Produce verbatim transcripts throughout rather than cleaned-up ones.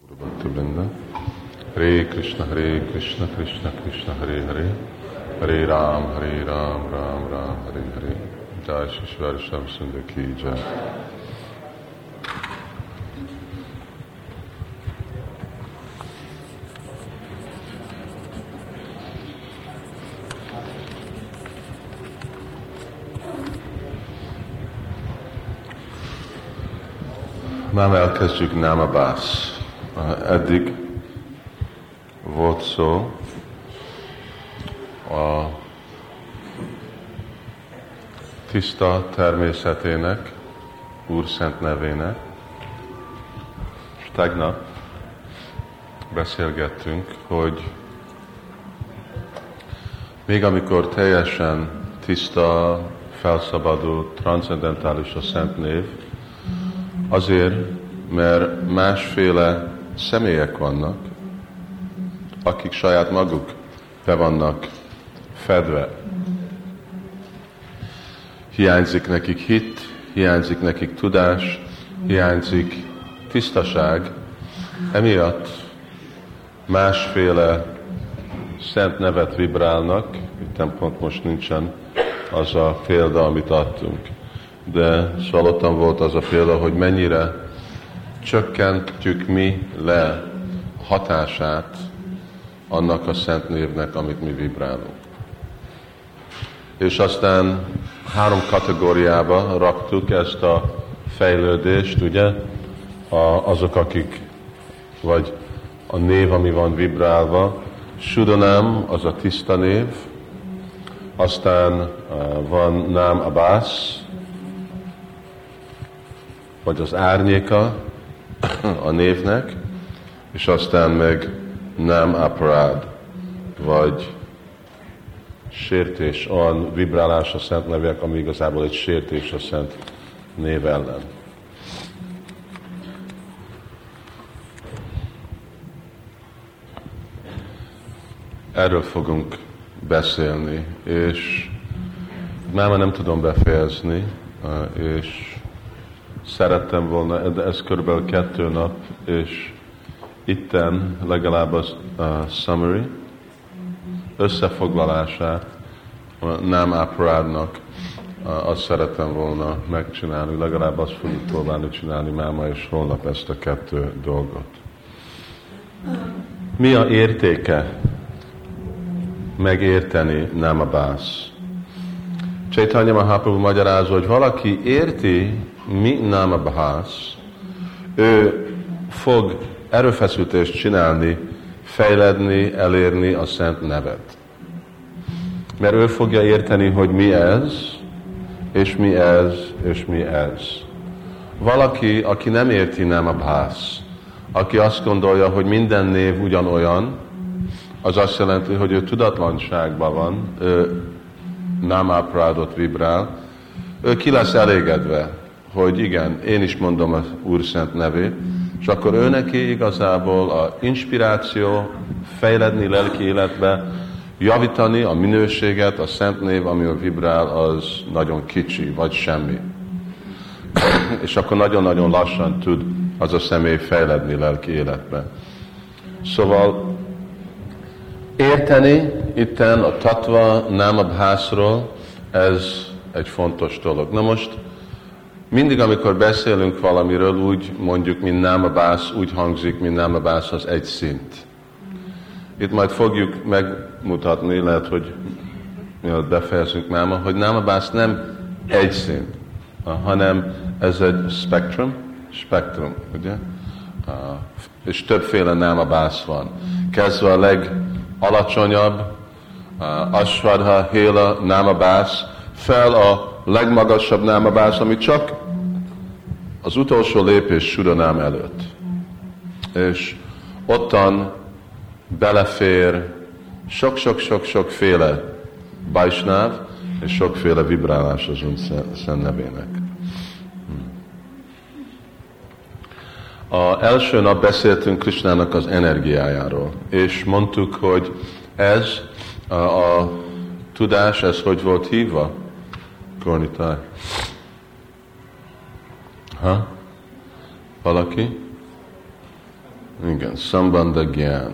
Bhakti Vrinda. Hare Krishna, Hare Krishna, Krishna Krishna, Hare Hare. Hare Ram, Hare Ram, Ram Ram, Hare Hare. Jai Shri Shri Shyam Sundar Ki Jai. Már elkezdjük Námabász. Eddig volt szó a tiszta természetének, Úr szent nevének, és tegnap beszélgettünk, hogy még amikor teljesen tiszta, felszabadult, transzendentális a szent név, azért, mert másféle személyek vannak, akik saját maguk be vannak fedve. Hiányzik nekik hit, hiányzik nekik tudás, hiányzik tisztaság, emiatt másféle szent nevet vibrálnak, itt pont most nincsen az a példa, amit adtunk. De szólottam volt az a példa, hogy mennyire csökkentjük mi le hatását annak a szent névnek, amit mi vibrálunk. És aztán három kategóriába raktuk ezt a fejlődést, ugye? A, azok, akik, vagy a név, ami van vibrálva, Sudanám, az a tiszta név, aztán uh, van Námabász, vagy az árnyéka a névnek, és aztán meg Námaparád, vagy sértés, olyan vibrálás a szent nevek, ami igazából egy sértés a szent név ellen. Erről fogunk beszélni, és már nem tudom befejezni, és szerettem volna, de ez körülbelül kettő nap, és itten legalább az uh, summary, összefoglalását Námaparádnak uh, azt szerettem volna megcsinálni, legalább azt fogjuk próbálni csinálni máma és holnap ezt a kettő dolgot. Mi a értéke megérteni Námabász? Chaitanya Mahaprabhu magyarázza, hogy valaki érti, mi Námabász, ő fog erőfeszítést csinálni, fejledni, elérni a szent nevet. Mert ő fogja érteni, hogy mi ez, és mi ez, és mi ez. Valaki, aki nem érti Námabász, aki azt gondolja, hogy minden név ugyanolyan, az azt jelenti, hogy ő tudatlanságban van, ő Námaparádot vibrál, ő ki lesz elégedve, hogy igen, én is mondom az Úr szent nevét, és akkor ő neki igazából a inspiráció, fejledni lelki életbe, javítani a minőséget, a szent név, amivel vibrál, az nagyon kicsi, vagy semmi. És akkor nagyon-nagyon lassan tud az a személy fejledni lelki életbe. Szóval érteni itten a tatva Námabászról, ez egy fontos dolog. Na most mindig, amikor beszélünk valamiről, úgy mondjuk, mint Námabász, úgy hangzik, mint Námabász az egy szint. Itt majd fogjuk megmutatni, lehet, hogy mielőtt befejezünk máma, hogy Námabász nem egy szint, hanem ez egy spektrum, spektrum, ugye? És többféle Námabász van. Kezdve a legalacsonyabb, Asvadha, Héla, Námabász, fel a legmagasabb Námabász, ami csak az utolsó lépés Sudanám előtt. És ottan belefér sok-sok-sok-sokféle Vaisnáv, és sokféle vibrálás az Úr szent nevének. A első nap beszéltünk Krisnának az energiájáról, és mondtuk, hogy ez a, a tudás, ez hogy volt hívva? Kornitáj. Ha? Valaki? Igen, Sambandha Gyán.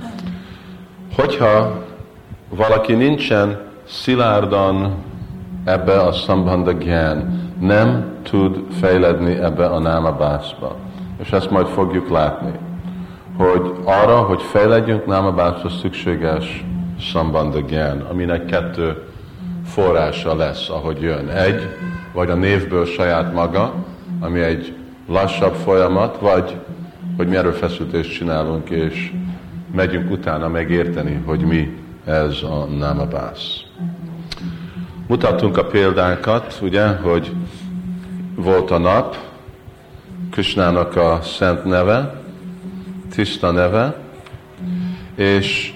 Hogyha valaki nincsen szilárdan ebbe a Sambandha Gyán, nem tud fejledni ebbe a námabászba. És ezt majd fogjuk látni, hogy arra, hogy fejledjünk námabászba, szükséges Sambandha Gyán, aminek kettő forrása lesz, ahogy jön. Egy, vagy a névből saját maga, ami egy lassabb folyamat, vagy hogy mi erőfeszítést csinálunk, és megyünk utána megérteni, hogy mi ez a námabász. Mutattunk a példákat, ugye, hogy volt a nap, Krishnának a szent neve, tiszta neve, és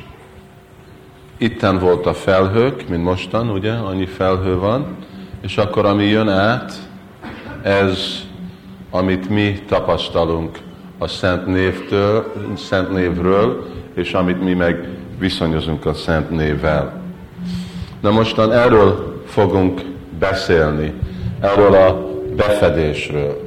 itten volt a felhők, mint mostan, ugye, annyi felhő van, és akkor ami jön át, ez, amit mi tapasztalunk a szent névtől, szent névről, és amit mi meg viszonyozunk a szent névvel. Na mostan erről fogunk beszélni, erről a befedésről.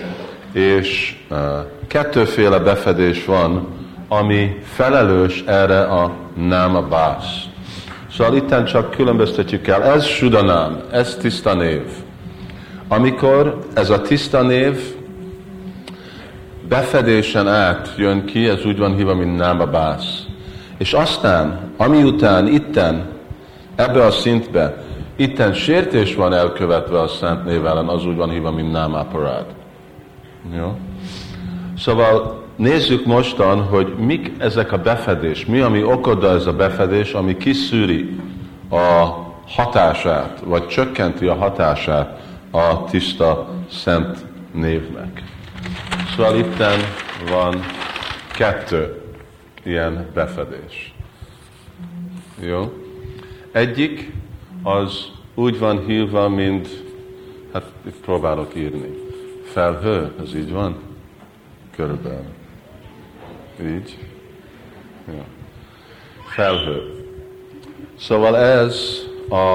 És uh, kettőféle befedés van, ami felelős erre a námabász. Szóval itten csak különböztetjük el, ez Sudanám, ez tiszta név. Amikor ez a tiszta név befedésen át jön ki, ez úgy van hívva, mint námabász. És aztán, ami után itten, ebbe a szintbe, itten sértés van elkövetve a szent név ellen, az úgy van hívva, mint námaparád. Jó? Szóval nézzük mostan, hogy mik ezek a befedés, mi, ami okozza ez a befedés, ami kiszűri a hatását, vagy csökkenti a hatását a tiszta szent névnek. Szóval itten van kettő ilyen befedés. Jó? Egyik az úgy van hívva, mint, hát itt próbálok írni, felhő, ez így van? Körülbelül. Így. Ja. Felhő. Szóval ez a,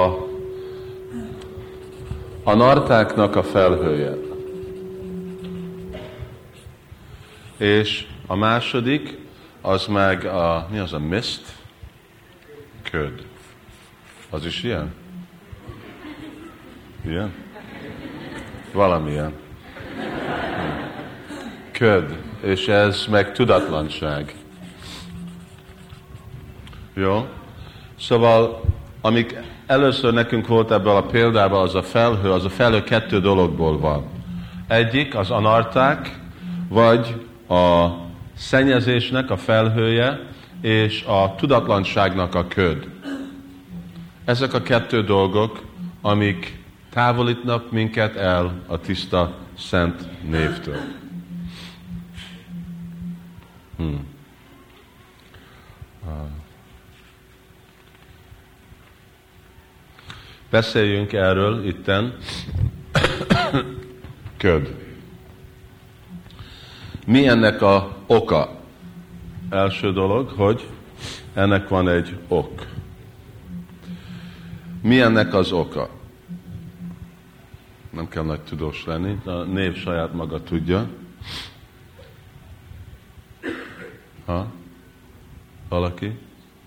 a nartáknak a felhője. És a második, az meg a, mi az a mist? Köd. Az is ilyen? Ilyen? Valamilyen. Köd. És ez meg tudatlanság. Jó? Szóval, amik először nekünk volt ebből a példában, az a felhő, az a felhő kettő dologból van. Egyik az anarták, vagy a szennyezésnek a felhője, és a tudatlanságnak a köd. Ezek a kettő dolgok, amik távolítnak minket el a tiszta szent névtől. Hmm. Beszéljünk erről itten. Köd. Mi ennek a oka? Első dolog, hogy ennek van egy ok. Mi ennek az oka? Nem kell nagy tudós lenni, a név saját maga tudja. Ha? Valaki?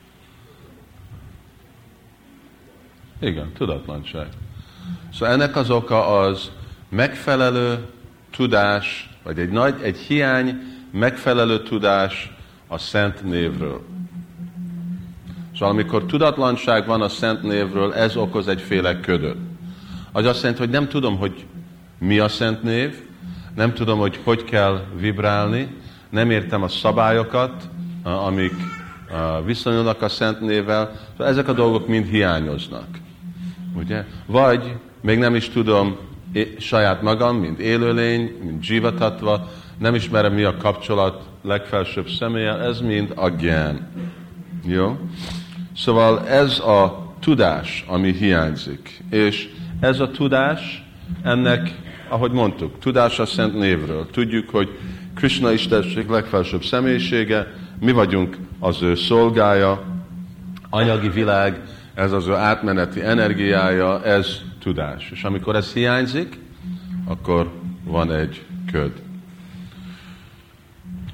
Igen, tudatlanság. Szóval ennek az oka az megfelelő tudás, vagy egy nagy, egy hiány, megfelelő tudás a szent névről. Szóval amikor tudatlanság van a szent névről, ez okoz egyféle ködöt. Az azt jelenti, hogy nem tudom, hogy mi a szent név, nem tudom, hogy hogy kell vibrálni, nem értem a szabályokat, amik viszonyulnak a szent névvel, szóval ezek a dolgok mind hiányoznak. Ugye? Vagy még nem is tudom saját magam, mint élőlény, mint jivatatva, nem ismerem, mi a kapcsolat legfelsőbb személlyel, ez mind agyán. Jó? Szóval ez a tudás, ami hiányzik. És ez a tudás, ennek, ahogy mondtuk, tudás a szent névről. Tudjuk, hogy Krishna istenség legfelsőbb személyisége, mi vagyunk az ő szolgája, anyagi világ, ez az ő átmeneti energiája, ez tudás. És amikor ez hiányzik, akkor van egy köd.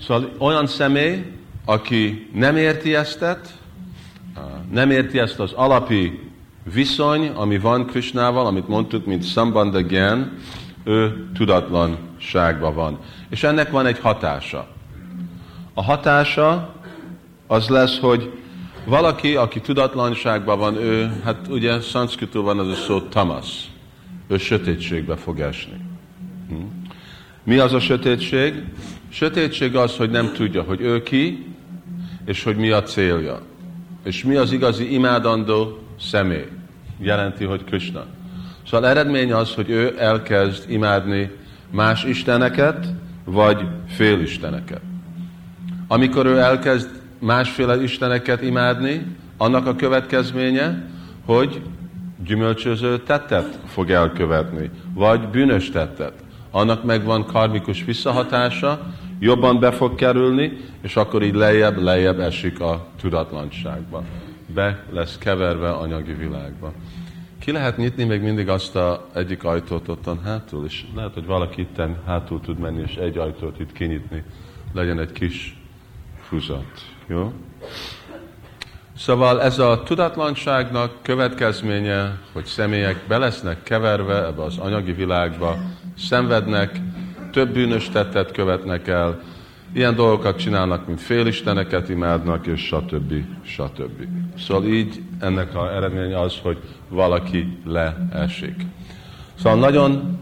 Szóval olyan személy, aki nem érti ezt, nem érti ezt az alapi viszony, ami van Krishnával, amit mondtuk, mint Sambandha Gyan, ő tudatlanságban van. És ennek van egy hatása. A hatása az lesz, hogy valaki, aki tudatlanságban van, ő, hát ugye szanszkritul van az a szó tamas, ő sötétségbe fog esni. Hm? Mi az a sötétség? Sötétség az, hogy nem tudja, hogy ő ki, és hogy mi a célja. És mi az igazi imádandó személy. Jelenti, hogy Krishna. Szóval eredmény az, hogy ő elkezd imádni más isteneket, vagy félisteneket. Amikor ő elkezd másféle isteneket imádni, annak a következménye, hogy gyümölcsöző tettet fog elkövetni, vagy bűnös tettet. Annak megvan karmikus visszahatása, jobban be fog kerülni, és akkor így lejjebb, lejjebb esik a tudatlanságba. Be lesz keverve anyagi világba. Ki lehet nyitni még mindig azt a egyik ajtót ottan hátul, és lehet, hogy valaki itten hátul tud menni, és egy ajtót itt kinyitni. Legyen egy kis húzat. Jó? Szóval ez a tudatlanságnak következménye, hogy személyek be lesznek keverve ebbe az anyagi világba, szenvednek, több bűnös tettet követnek el, ilyen dolgokat csinálnak, mint félisteneket imádnak, és stb. stb. Szóval így ennek az eredménye az, hogy valaki leesik. Szóval nagyon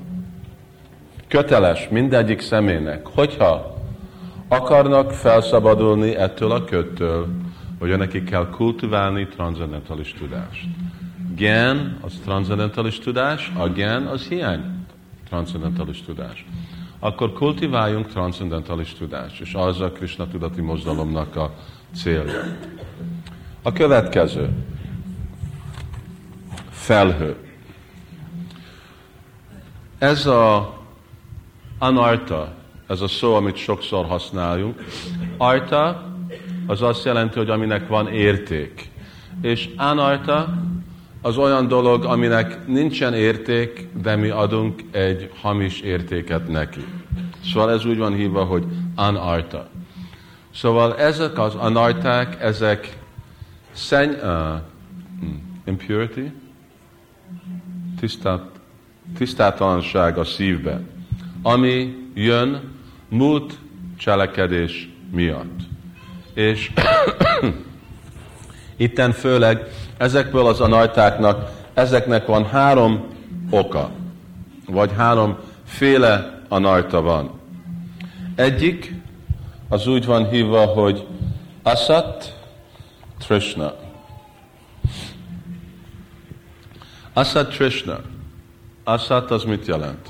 köteles mindegyik személynek, hogyha akarnak felszabadulni ettől a köttől, hogy nekik kell kultiválni transzendentális tudást. Gyan az transzendentális tudás, a gyan az hiány transzendentális tudás. Akkor kultiváljunk transzendentális tudást, és az a Krishna tudati mozdalomnak a célja. A következő. Felhő. Ez a anarta, ez a szó, amit sokszor használjunk. Arta az azt jelenti, hogy aminek van érték. És anarta az olyan dolog, aminek nincsen érték, de mi adunk egy hamis értéket neki. Szóval ez úgy van hívva, hogy anarta. Szóval ezek az anarták, ezek szenny, uh, impurity, tisztát, tisztátalanság a szívbe, ami jön múlt cselekedés miatt. És itten főleg ezekből az anartáknak, ezeknek van három oka, vagy háromféle anarta van. Egyik, az úgy van hívva, hogy asat, trishna. Asat, trishna. Asat az mit jelent?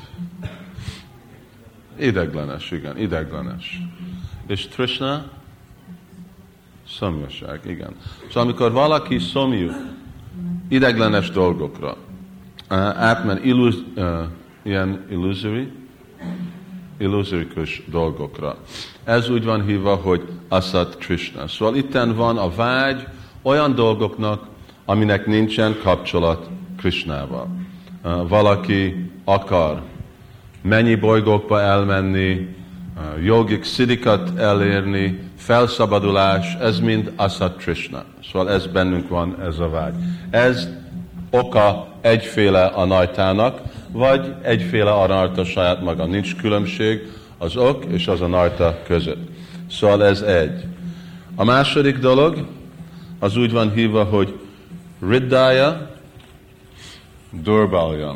Ideglenes, igen, ideglenes. És trishna? Szomjaság, igen. Szóval amikor valaki szomjú ideglenes dolgokra, átmen illuz, uh, ilyen illusory, illuzorikus dolgokra. Ez úgy van hívva, hogy asat trishna. Szóval itten van a vágy olyan dolgoknak, aminek nincsen kapcsolat Krishnával. Uh, valaki akar mennyi bolygókba elmenni, uh, jogik szidikat elérni, felszabadulás, ez mind asat trishna. Szóval ez bennünk van, ez a vágy. Ez oka egyféle anartának, vagy egyféle anarta saját maga. Nincs különbség az ok és az anarta között. Szóval ez egy. A második dolog, az úgy van hívva, hogy riddaya, durbalya.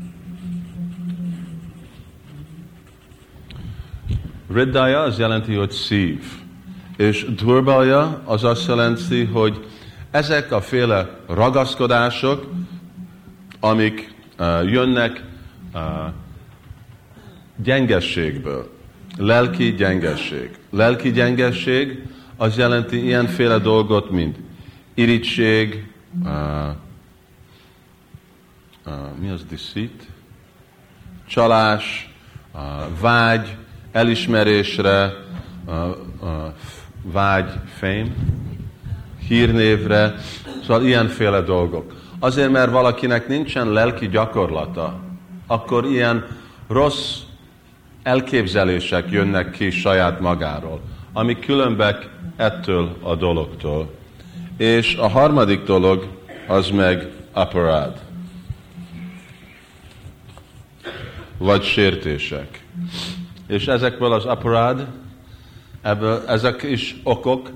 Riddaya az jelenti, hogy szív. És durbalya az azt jelenti, hogy ezek a féle ragaszkodások, amik uh, jönnek uh, gyengességből. Lelki gyengesség. Lelki gyengesség az jelenti ilyenféle dolgot, mint irigység, uh, uh, mi az deceit? Csalás, uh, vágy, elismerésre, uh, uh, vágy, fame, hírnévre, szóval ilyenféle dolgok. Azért, mert valakinek nincsen lelki gyakorlata, akkor ilyen rossz elképzelések jönnek ki saját magáról, amik különbek ettől a dologtól. És a harmadik dolog az meg aparád, vagy sértések. És ezekből az aparád, ebből, ezek is okok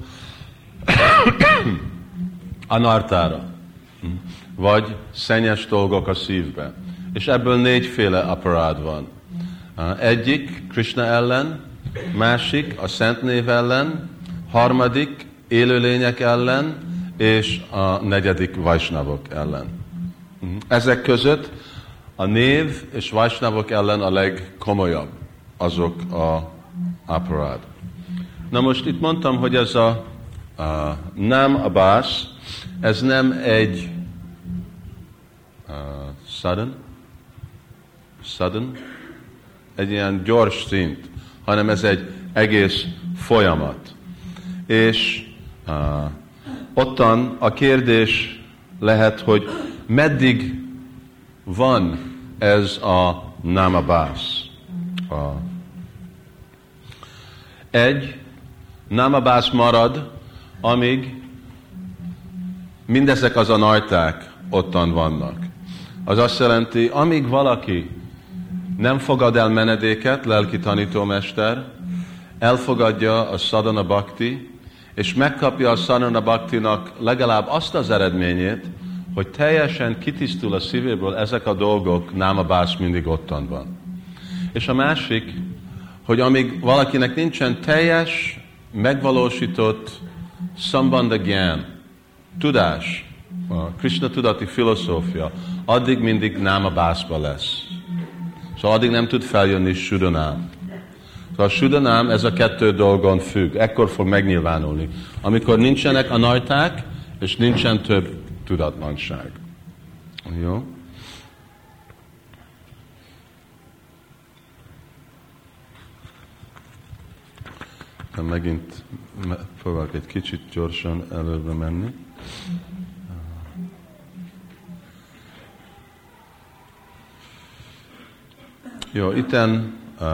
anartára, vagy szennyes dolgok a szívbe. És ebből négyféle aparád van. Egyik Krishna ellen, másik a szent név ellen, harmadik élőlények ellen, és a negyedik vajsnavok ellen. Ezek között a név és vajsnavok ellen a legkomolyabb azok a aparád. Na most itt mondtam, hogy ez a, a nem abász, ez nem egy uh, sudden, sudden, egy ilyen gyors szint, hanem ez egy egész folyamat. És uh, ottan a kérdés lehet, hogy meddig van ez a námabász. A egy námabász marad, amíg mindezek az anarták ottan vannak. Az azt jelenti, amíg valaki nem fogad el menedéket, lelki tanítómester, elfogadja a sadhana bhakti, és megkapja a sadhana bhaktinak legalább azt az eredményét, hogy teljesen kitisztul a szívéből, ezek a dolgok, námabász mindig ottan van. És a másik, hogy amíg valakinek nincsen teljes, megvalósított sambandha gyán, tudás, a Krishna tudati filozófia, addig mindig námabászba lesz. Szóval addig nem tud feljönni sudanám. Szóval a sudanám ez a kettő dolgon függ, ekkor fog megnyilvánulni. Amikor nincsenek anarták, és nincsen több tudatlanság. Jó? De megint próbálok egy kicsit gyorsan előre menni. Jó, itten uh,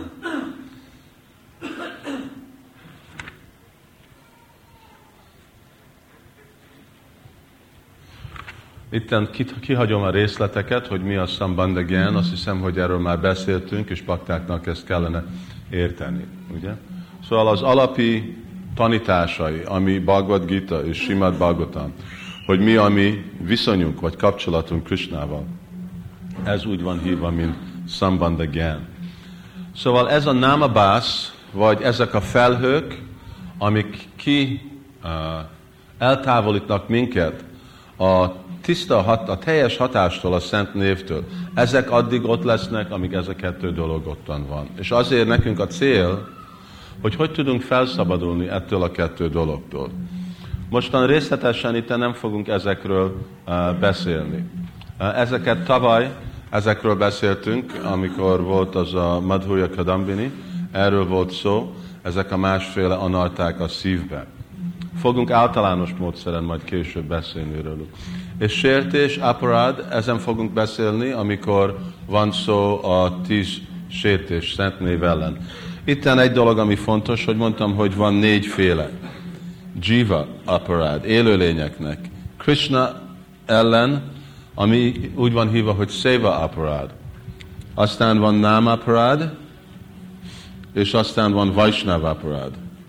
itten kihagyom a részleteket, hogy mi a sambandha gyán, azt hiszem, hogy erről már beszéltünk, és baktáknak ezt kellene érteni, ugye? Szóval az alapi tanításai, ami Bhagavad Gita és Srimad Bhagavatam, hogy mi a mi viszonyunk vagy kapcsolatunk Krishnával, ez úgy van hívva, mint sambandha gyán. Szóval ez a námabász, vagy ezek a felhők, amik ki uh, eltávolítanak minket a tiszta, hat, a teljes hatástól, a szent névtől, ezek addig ott lesznek, amíg ez a kettő dolog ottan van. És azért nekünk a cél, hogy hogy tudunk felszabadulni ettől a kettő dologtól. Mostan részletesen itt nem fogunk ezekről uh, beszélni. Uh, ezeket tavaly, ezekről beszéltünk, amikor volt az a Madhurya Kadambini, erről volt szó, ezek a másféle anarták a szívbe. Fogunk általános módszeren majd később beszélni róluk. És sértés, aparád, ezen fogunk beszélni, amikor van szó a tíz sértés, szent név ellen. Itten egy dolog, ami fontos, hogy mondtam, hogy van négyféle. Jiva aparád, élőlényeknek. Krishna ellen, ami úgy van hívva, hogy Seva aparád. Aztán van Nam aparád, és aztán van Vaishnava aparád.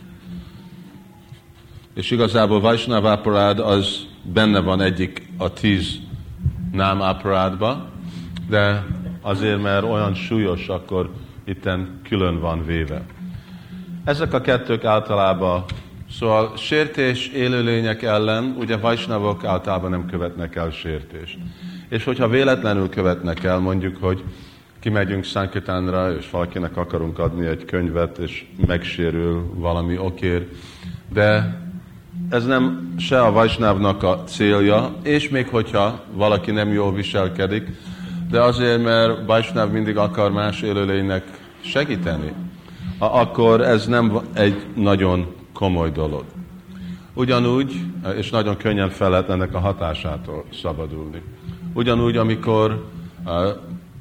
És igazából Vaishnava aparád az benne van egyik a tíz Nam aparádba, de azért, mert olyan súlyos, akkor itten külön van véve. Ezek a kettők általában, szóval sértés élőlények ellen, ugye Vaishnavok általában nem követnek el sértést. És hogyha véletlenül követnek el, mondjuk, hogy kimegyünk Sankirtánra, és valakinek akarunk adni egy könyvet, és megsérül valami okér, de ez nem se a Vaishnavnak a célja, és még hogyha valaki nem jól viselkedik, de azért, mert Vaishnav mindig akar más élőlénynek segíteni, akkor ez nem egy nagyon komoly dolog. Ugyanúgy, és nagyon könnyen fel lehet ennek a hatásától szabadulni. Ugyanúgy, amikor uh,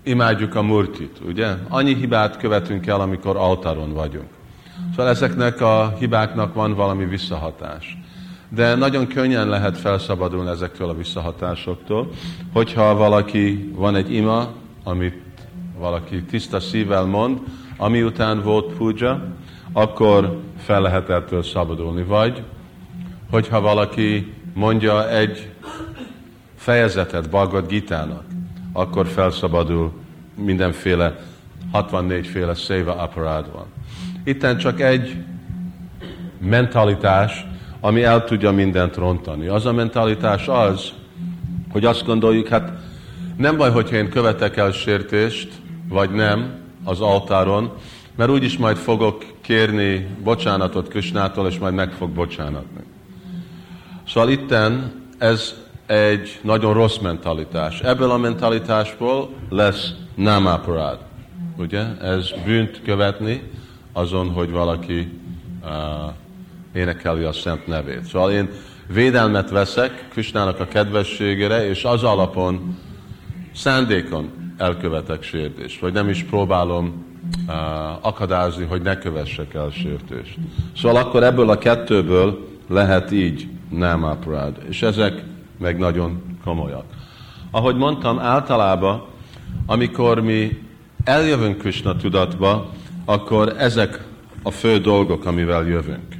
imádjuk a murtit, ugye? Annyi hibát követünk el, amikor altáron vagyunk. Szóval ezeknek a hibáknak van valami visszahatás. De nagyon könnyen lehet felszabadulni ezektől a visszahatásoktól, hogyha valaki van egy ima, amit valaki tiszta szívvel mond, ami után volt puja, akkor fel lehet ettől szabadulni. Vagy, hogyha valaki mondja egy fejezetet Bhagavad Gítának, akkor felszabadul mindenféle, hatvannégy féle széva aparád van. Itten csak egy mentalitás, ami el tudja mindent rontani. Az a mentalitás az, hogy azt gondoljuk, hát nem baj, hogyha én követek el sértést, vagy nem az altáron, mert úgyis majd fogok kérni bocsánatot Krisnától, és majd meg fog bocsánatni. Szóval itten ez egy nagyon rossz mentalitás. Ebből a mentalitásból lesz námaparád. Ugye? Ez bűnt követni azon, hogy valaki uh, énekeli a szent nevét. Szóval én védelmet veszek Krisnának a kedvességére, és az alapon szándékon elkövetek sértést, vagy nem is próbálom uh, akadályozni, hogy ne kövessek el sértést. Szóval akkor ebből a kettőből lehet így námaparád, és ezek meg nagyon komolyak. Ahogy mondtam, általában, amikor mi eljövünk Krisna tudatba, akkor ezek a fő dolgok, amivel jövünk.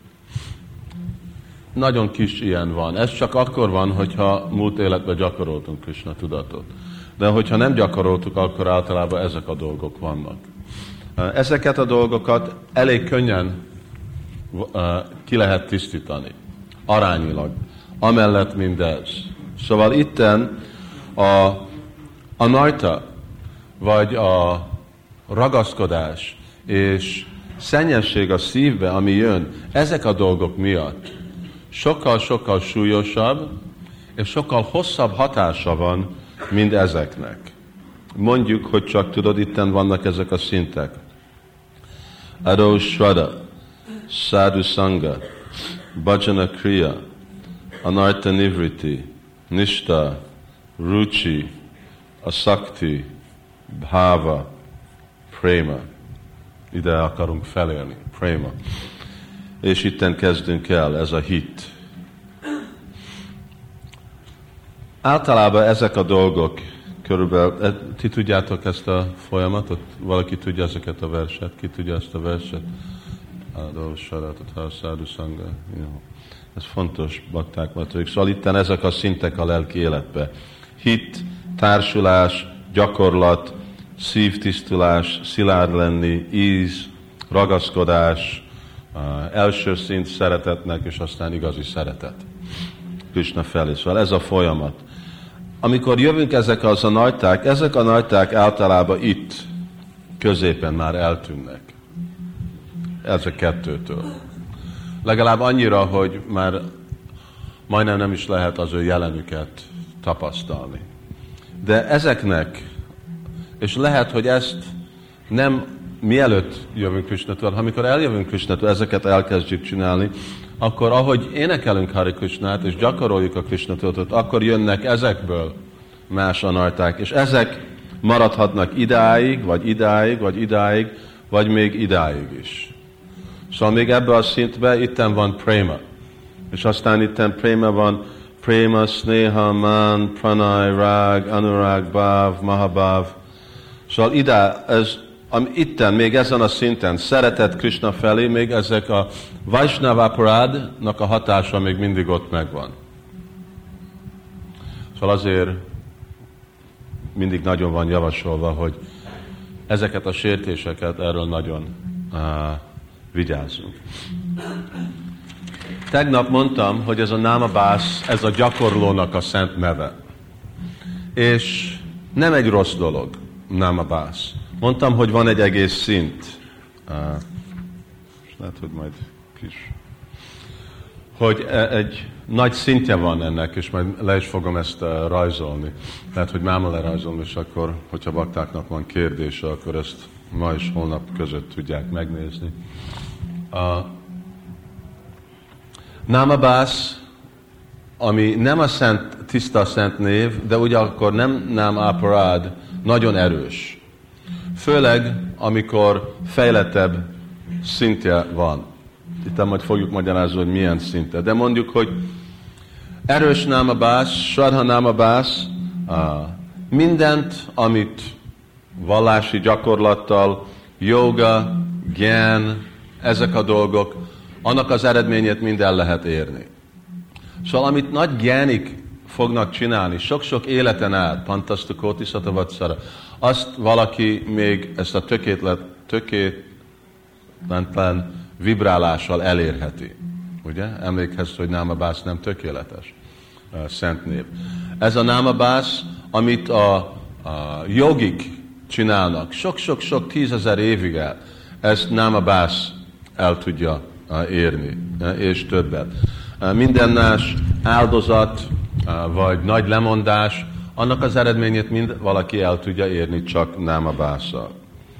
Nagyon kis ilyen van. Ez csak akkor van, hogyha múlt életben gyakoroltunk Krisna tudatot. De hogyha nem gyakoroltuk, akkor általában ezek a dolgok vannak. Ezeket a dolgokat elég könnyen ki lehet tisztítani. Arányilag. Amellett mindez. Szóval itten a anarta, vagy a ragaszkodás és szennyesség a szívbe, ami jön, ezek a dolgok miatt sokkal-sokkal súlyosabb, és sokkal hosszabb hatása van, mint ezeknek. Mondjuk, hogy csak tudod, itten vannak ezek a szintek. Ado Shraddha, Sadhu Sangha, Bhajana Kriya, Anartha Nivriti, Nishta, Ruchi, Asakti, Bhava, Prema. Ide akarunk felélni. Prema. És itten kezdünk el, ez a hit. Általában ezek a dolgok körülbelül, ti tudjátok ezt a folyamatot? Valaki tudja ezeket a verset? Ki tudja ezt a verset? Ádó, Saratat, Sadhu Sangha. Ez fontos, bakták, matrik. Szóval itten ezek a szintek a lelki életbe. Hit, társulás, gyakorlat, szívtisztulás, szilárd lenni, íz, ragaszkodás, első szint szeretetnek, és aztán igazi szeretet. Krishna felé. Szóval ez a folyamat. Amikor jövünk ezek az a nagyták, ezek a nagyták általában itt, középen már eltűnnek. Ezek kettőtől. Legalább annyira, hogy már majdnem nem is lehet az ő jelenüket tapasztalni. De ezeknek, és lehet, hogy ezt nem mielőtt jövünk Krisnától, amikor eljövünk Krisnától, ezeket elkezdjük csinálni, akkor ahogy énekelünk Hare Krisnát, és gyakoroljuk a Krisnatot, akkor jönnek ezekből más anarták, és ezek maradhatnak idáig, vagy idáig, vagy idáig, vagy még idáig is. Szóval még ebben a szintben itten van prema, és aztán itten prema van prema, sneha, man, pranay, rag, anurag, bhav, mahabhav. Szóval ide, ez itten, még ezen a szinten, szeretet Krishna felé, még ezek a Vaishnavaparádnak a hatása még mindig ott megvan. Szóval azért mindig nagyon van javasolva, hogy ezeket a sértéseket erről nagyon uh, vigyázzunk. Tegnap mondtam, hogy ez a námabász, ez a gyakorlónak a szent neve. És nem egy rossz dolog, námabász. Mondtam, hogy van egy egész szint. Uh, lehet, hogy majd kis. Hogy egy nagy szintje van ennek, és majd le is fogom ezt uh, rajzolni. Lehet, hogy máma lerajzolom, és akkor, hogyha baktáknak van kérdése, akkor ezt ma és holnap között tudják megnézni. Uh, námabász, ami nem a szent, tiszta szent név, de ugyanakkor nem námaparád, nagyon erős. Főleg, amikor fejlettebb szintje van. Itt majd fogjuk magyarázni, hogy milyen szinte. De mondjuk, hogy erős námabász, Shraddha námabász, mindent, amit vallási gyakorlattal, joga, gyán, ezek a dolgok, annak az eredményét mind el lehet érni. Szóval, amit nagy gyánik fognak csinálni, sok-sok életen át, Pantaszta Kótiszata Vatszara, azt valaki még ezt a tökéletlen, tökéletlen vibrálással elérheti. Ugye? Emlékezz, hogy námabász nem tökéletes uh, szent név. Ez a námabász, amit a, a jogik csinálnak, sok-sok-sok tízezer évig el, ezt námabász el tudja uh, érni, uh, és többet. Uh, minden más áldozat, uh, vagy nagy lemondás, annak az eredményét mind valaki el tudja érni csak námabásszal.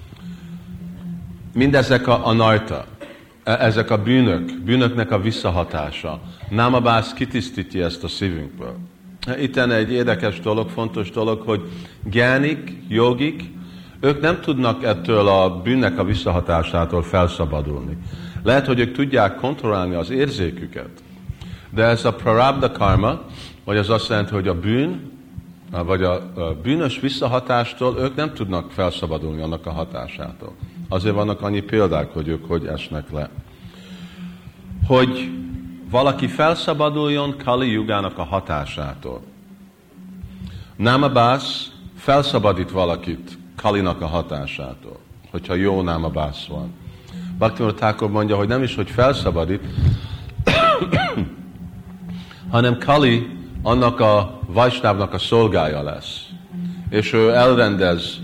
Mindezek a, a najta, ezek a bűnök, bűnöknek a visszahatása. Námabász kitisztítja ezt a szívünkből. Itten egy érdekes dolog, fontos dolog, hogy gyánik, jogik, ők nem tudnak ettől a bűnnek a visszahatásától felszabadulni. Lehet, hogy ők tudják kontrollálni az érzéküket, de ez a prarabdha karma, vagy az azt jelenti, hogy a bűn, vagy a bűnös visszahatástól ők nem tudnak felszabadulni annak a hatásától. Azért vannak annyi példák, hogy ők hogy esnek le. Hogy valaki felszabaduljon Kali Jugának a hatásától. Námabász felszabadít valakit Kalinak a hatásától, hogyha jó námabász van. Bhaktivinoda Thakur mondja, hogy nem is, hogy felszabadít, hanem Kali annak a Vajsnávnak a szolgája lesz. És ő elrendez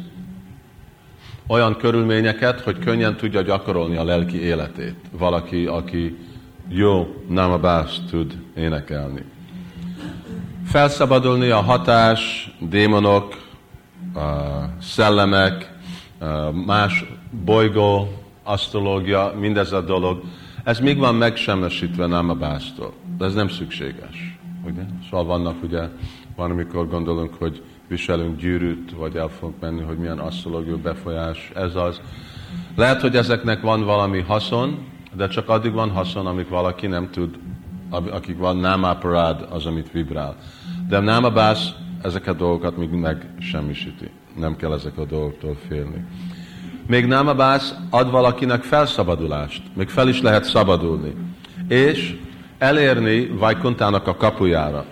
olyan körülményeket, hogy könnyen tudja gyakorolni a lelki életét. Valaki, aki jó námabászt tud énekelni. Felszabadulni a hatás, démonok, a szellemek, a más bolygó, asztrológia, mindez a dolog, ez még van megsemmisítve námabásztól, de ez nem szükséges. Ugye? Szóval vannak, ugye, van, amikor gondolunk, hogy viselünk gyűrűt, vagy el fogunk menni, hogy milyen asztrológiai befolyás, ez az. Lehet, hogy ezeknek van valami haszon, de csak addig van haszon, amíg valaki nem tud, akik van námaparád, az, amit vibrál. De námabász ezeket a dolgokat még megsemmisíti. Nem kell ezek a dolgoktól félni. Még námabász ad valakinek felszabadulást. Még fel is lehet szabadulni. És elérni Vajkuntának a kapujára.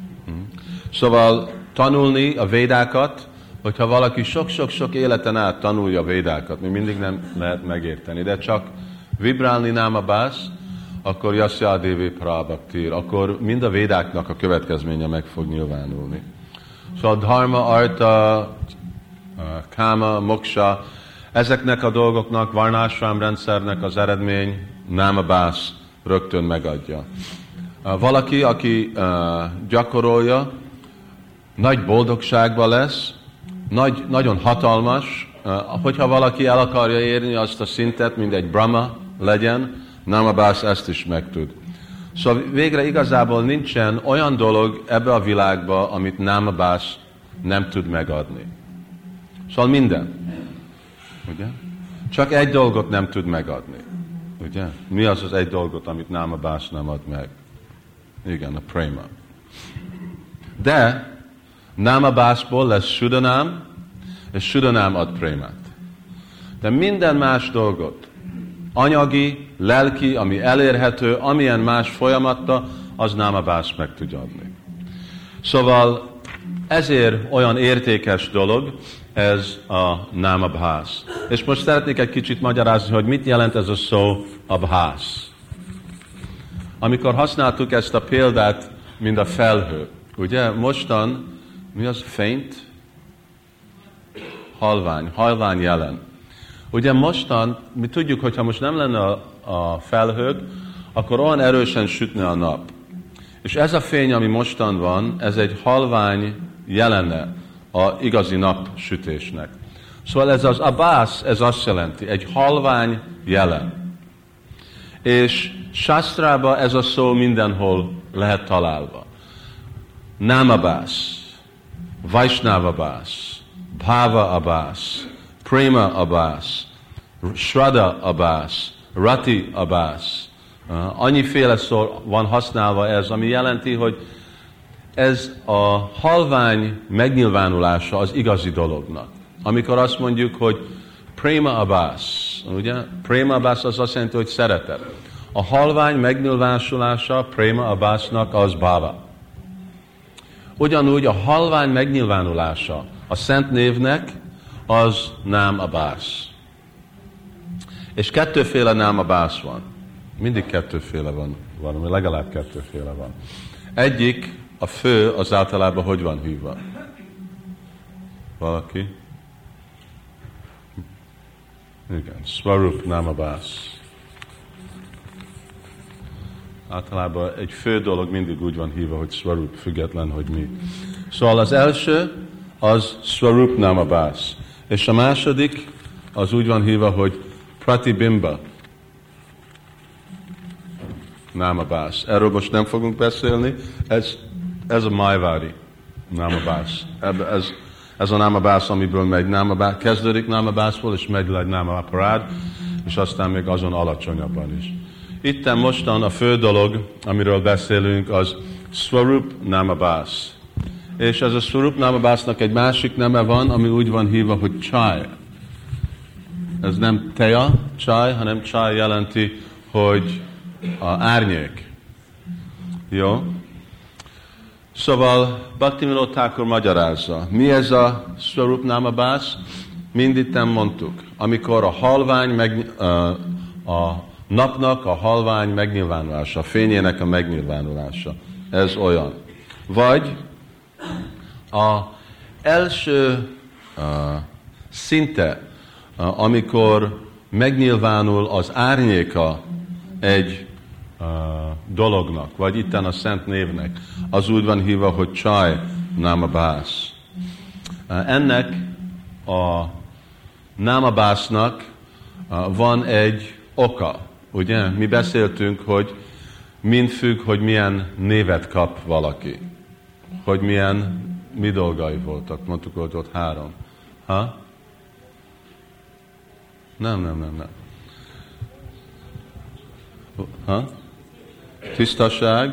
Szóval tanulni a védákat, hogyha valaki sok-sok-sok életen át tanulja a védákat, még mindig nem lehet megérteni, de csak vibrálni námabász, akkor Yasyadevi Prabhaktir, akkor mind a védáknak a következménye meg fog nyilvánulni. Szóval dharma, artha, káma, moksha, ezeknek a dolgoknak, varnásrám rendszernek az eredmény námabász rögtön megadja. Valaki, aki gyakorolja, nagy boldogságban lesz, nagy, nagyon hatalmas, hogyha valaki el akarja érni azt a szintet, mint egy Brahma legyen, námabász ezt is megtud. Szóval végre igazából nincsen olyan dolog ebbe a világba, amit námabász nem tud megadni. Szóval minden. Ugye? Csak egy dolgot nem tud megadni. Ugye? Mi az az egy dolgot, amit námabász nem ad meg? Igen, a prema. De námabászból lesz sudanám, és sudanám ad prémát. De minden más dolgot, anyagi, lelki, ami elérhető, amilyen más folyamatta, az námabász meg tudja adni. Szóval ezért olyan értékes dolog ez a námabhász. És most szeretnék egy kicsit magyarázni, hogy mit jelent ez a szó abhász. Amikor használtuk ezt a példát, mint a felhő, ugye mostan, mi az fényt? Halvány, halvány jelen. Ugye mostan, mi tudjuk, hogyha most nem lenne a, a felhők, akkor olyan erősen sütne a nap. És ez a fény, ami mostan van, ez egy halvány jelene a igazi napsütésnek. Szóval ez az abász, ez azt jelenti, egy halvány jelen. És sásztrában ez a szó mindenhol lehet találva. Námabász, Vajsnávabász, Bhava Abhas, Prema Abhas, Shraddha Abhas, Rati Abhas. Uh, annyiféle szó van használva ez, ami jelenti, hogy ez a halvány megnyilvánulása az igazi dolognak. Amikor azt mondjuk, hogy Prema Abhas, ugye? Prema Abhas az azt jelenti, hogy szeretet. A halvány megnyilvánulása Prema Abhasnak az bhava. Ugyanúgy a halvány megnyilvánulása a szent névnek az Nam Abhas. És kettőféle Nam Abhas van. Mindig kettőféle van, van, legalább kettőféle van. Egyik, a fő, az általában hogy van hívva? Valaki? Igen, Svarup Nam Abhas. Általában egy fő dolog mindig úgy van hívva, hogy Svarup, független, hogy mi. Szóval az első, az Svarup Nam Abhas. És a második, az úgy van hívva, hogy Pratibimba Nam Abhas. Erről most nem fogunk beszélni, ez, ez a Mayavadi Nam Abhas. Ez, ez a Nam Abhas, amiből megy Nam Abhas, kezdődik Nam Abhasból, és megy le Nam Aparad, és aztán még azon alacsonyabban is. Itten mostan a fő dolog, amiről beszélünk, az Svarup Nam Abhas. És ez a Svarup Nam Abhasnak egy másik neme van, ami úgy van hívva, hogy Chai. Ez nem teja, Chai, hanem Chai jelenti, hogy a árnyék. Jó? Szóval Bhaktivinoda Thakur magyarázza. Mi ez a Svarup Nam Abhas? Minditten mondtuk. Amikor a halvány, meg, a, a napnak a halvány megnyilvánulása, a fényének a megnyilvánulása. Ez olyan. Vagy a első uh, szinte, uh, amikor megnyilvánul az árnyéka egy uh, dolognak, vagy itten a szent névnek, az úgy van hívva, hogy Chai Nam Abhas. Uh, ennek a Nam Abhasnak uh, van egy oka. Ugye? Mi beszéltünk, hogy mind függ, hogy milyen névet kap valaki. Hogy milyen, mi dolgai voltak. Mondtuk, hogy ott három. Ha? Nem, nem, nem, nem. Ha? Tisztaság,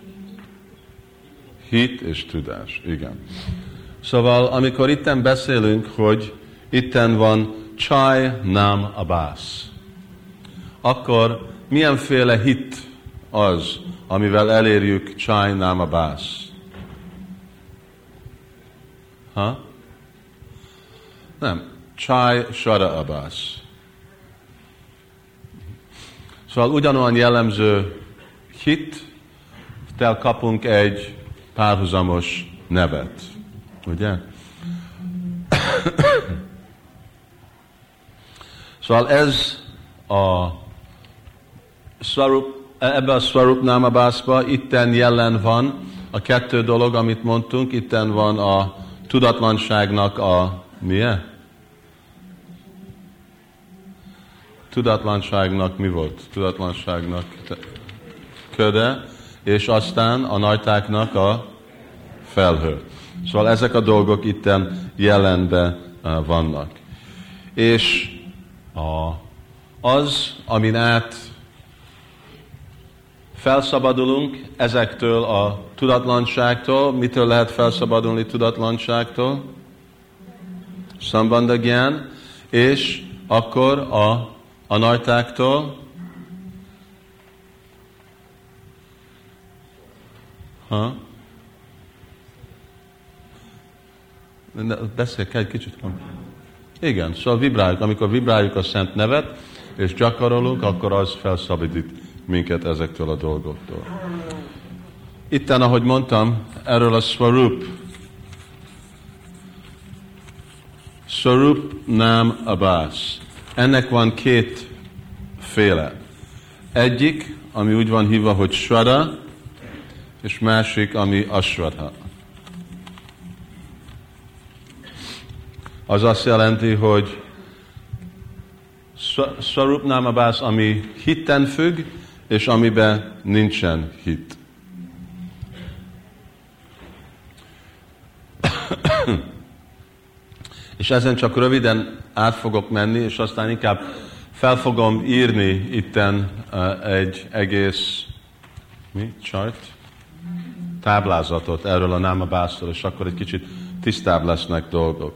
hit és tudás. Igen. Szóval, amikor itten beszélünk, hogy itten van Chai Nam Abhas, akkor milyenféle hit az, amivel elérjük Chai Nam Abhas? Ha? Nem. Chai Shraddha Abhas. Szóval ugyanolyan jellemző hittel kapunk egy párhuzamos nevet. Ugye? Szóval ez a Svarup, ebben a Svarup Nam Abhasban itten jelen van a kettő dolog, amit mondtunk, itten van a tudatlanságnak a milyen? Tudatlanságnak mi volt? Tudatlanságnak köde, és aztán a najtáknak a felhő. Szóval ezek a dolgok itten jelenben vannak. És a, az, amin át felszabadulunk ezektől a tudatlanságtól, mitől lehet felszabadulni tudatlanságtól? Sambandha Gyán, és akkor a, a najtáktól, ha? Beszélj egy kicsit. Igen, szóval vibráljuk. Amikor vibráljuk a szent nevet, és gyakorolunk, akkor az felszabadít minket ezektől a dolgoktól. Itten, ahogy mondtam, erről a Svarup, Svarup Nam Abhas. Ennek van két féle. Egyik, ami úgy van hívva, hogy Shraddha, és másik, ami Ashraddha. Az azt jelenti, hogy Svarup Nam Abhas, ami hitten függ, és amiben nincsen hit. És ezen csak röviden át fogok menni, és aztán inkább fel fogom írni itten uh, egy egész mi? Chart? táblázatot erről a Námabászról, és akkor egy kicsit tisztább lesznek dolgok.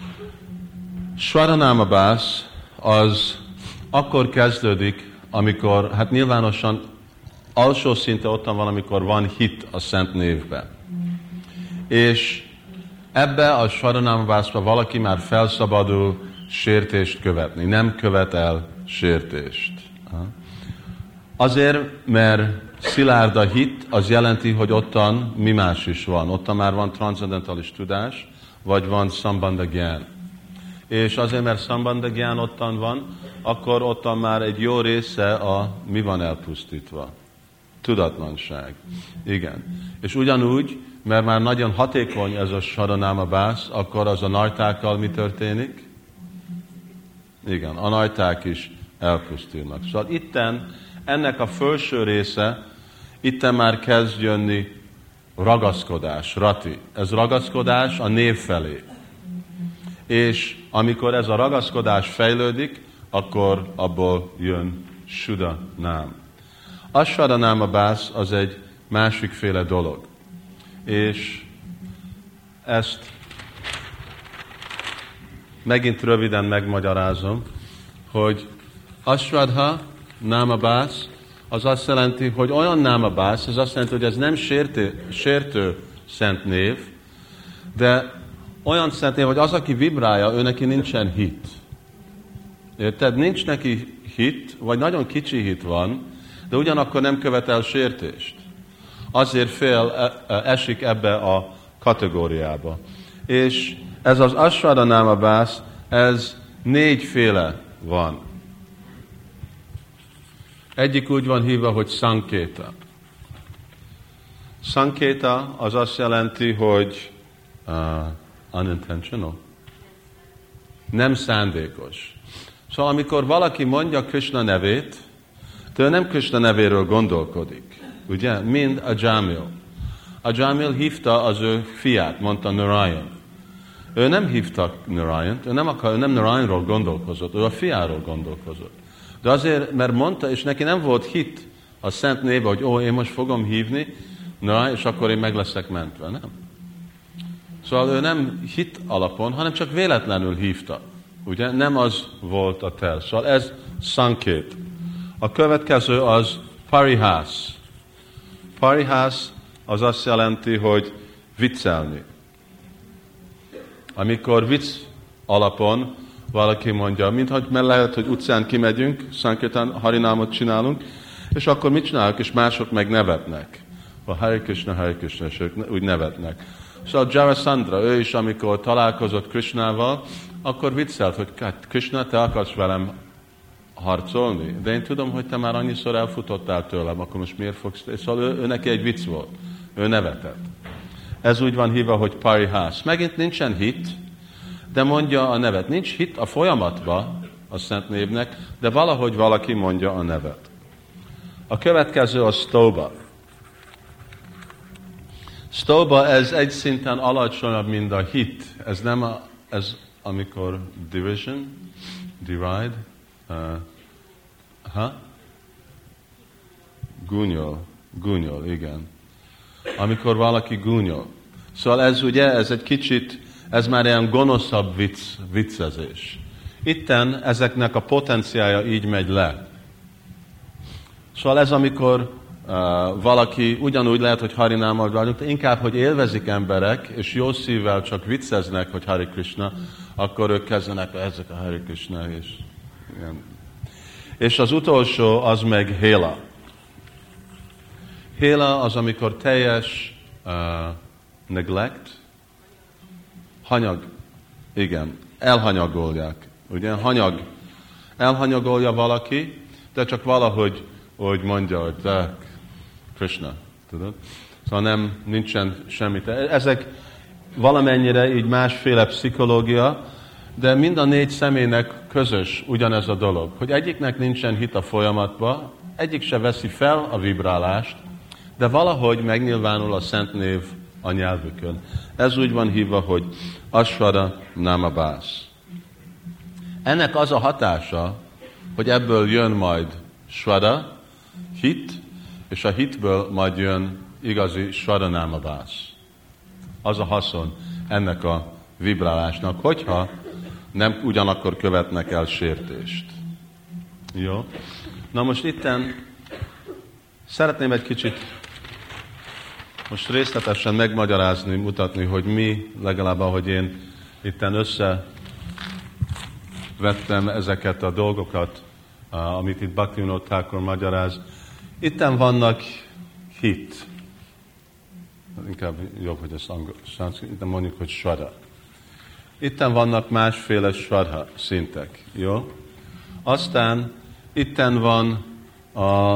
Svaranámabász az akkor kezdődik, amikor, hát nyilvánosan alsó szinte ottan van, amikor van hit a szent névben. És ebbe a Svaranámabászba valaki már felszabadul sértést követni, nem követ el sértést. Azért, mert szilárd a hit, az jelenti, hogy ottan mi más is van. Ottan már van transzendentális tudás, vagy van Sambandha Gyán. És azért, mert Sambandha Gyán ottan van, akkor ottan már egy jó része a mi van elpusztítva. Tudatlanság. Igen. És ugyanúgy, mert már nagyon hatékony ez a Svaranámabász, akkor az a najtákkal mi történik? Igen, a najták is elpusztulnak. Szóval itten ennek a felső része, itten már kezd jönni ragaszkodás, rati. Ez ragaszkodás a név felé. És amikor ez a ragaszkodás fejlődik, akkor abból jön Suddha nám. A Svaranámabász az egy másikféle dolog. És ezt megint röviden megmagyarázom, hogy Ashwadha Námabász az azt jelenti, hogy olyan Námabász, ez azt jelenti, hogy ez nem sértő, sértő szent név, de olyan szent név, hogy az, aki vibrálja, ő neki nincsen hit. Érted? Nincs neki hit, vagy nagyon kicsi hit van, de ugyanakkor nem követel sértést. Azért fél esik ebbe a kategóriába. És ez az Ashwadha-námabász, ez négyféle van. Egyik úgy van hívva, hogy Sankéta. Sankéta az azt jelenti, hogy uh, unintentional. Nem szándékos. Szóval amikor valaki mondja Krishna nevét, de ő nem Krishna nevéről gondolkodik. Ugye? Mind a Jamil. A Jamil hívta az ő fiát, mondta Narayan. Ő nem hívta Narayant, ő nem, akar, ő nem Narayanról gondolkozott, ő a fiáról gondolkozott. De azért, mert mondta, és neki nem volt hit a szent névbe, hogy ó, én most fogom hívni Narayan, és akkor én meg leszek mentve, nem? Szóval ő nem hit alapon, hanem csak véletlenül hívta. Ugye? Nem az volt a terv. Szóval ez Sankét. A következő az Parihás. Parihás az azt jelenti, hogy viccelni. Amikor vicc alapon valaki mondja, minthogy mert lehet, hogy utcán kimegyünk, Sankétán harinámot csinálunk, és akkor mit csinálunk, és mások meg nevetnek. A Hare Krishna, Hare Krishna, és ők úgy nevetnek. Szóval Jarasandra, ő is, amikor találkozott Krishnával, akkor viccelt, hogy Krishna, te akarsz velem harcolni? De én tudom, hogy te már annyiszor elfutottál tőlem, akkor most miért fogsz... Szóval ő, ő neki egy vicc volt. Ő nevetett. Ez úgy van hívva, hogy Parihás. Megint nincsen hit, de mondja a nevet. Nincs hit a folyamatba a szent névnek, de valahogy valaki mondja a nevet. A következő a Stoba. Stoba ez egy szinten alacsonyabb, mint a hit. Ez nem a, ez amikor derision, deride, uh, ha? Gúnyol, gúnyol, igen. Amikor valaki gúnyol. Szóval ez ugye, ez egy kicsit, ez már ilyen gonoszabb vicc, viccezés. Itten ezeknek a potenciája így megy le. Szóval ez amikor uh, valaki ugyanúgy lehet, hogy harinámmal vagyunk, de inkább, hogy élvezik emberek, és jó szívvel csak vicceznek, hogy Hare Krishna, akkor ők kezdenek, ezek a Hare Krishna, és igen. És az utolsó, az meg Héla. Héla az, amikor teljes uh, neglect, hanyag, igen, elhanyagolják. Ugye, hanyag, elhanyagolja valaki, de csak valahogy, hogy mondja, hogy de Krishna, tudod? Szóval nem, nincsen semmi. Ezek valamennyire így másféle pszichológia, de mind a négy személynek közös ugyanez a dolog, hogy egyiknek nincsen hit a folyamatba, egyik se veszi fel a vibrálást, de valahogy megnyilvánul a szent név a nyelvükön. Ez úgy van hívva, hogy Asvada Namabász. Ennek az a hatása, hogy ebből jön majd Svada, hit, és a hitből majd jön igazi Svada Namabász. Az a haszon ennek a vibrálásnak, hogyha nem ugyanakkor követnek el sértést. Jó? Na most itten szeretném egy kicsit most részletesen megmagyarázni, mutatni, hogy mi, legalább ahogy én itten összevettem ezeket a dolgokat, amit itt Bhaktivinoda Thakur magyaráz. Itten vannak hit. Inkább jobb, hogy ezt angol, itten mondjuk, hogy Svada. Itten vannak másféle Svada szintek. Jó? Aztán itten van a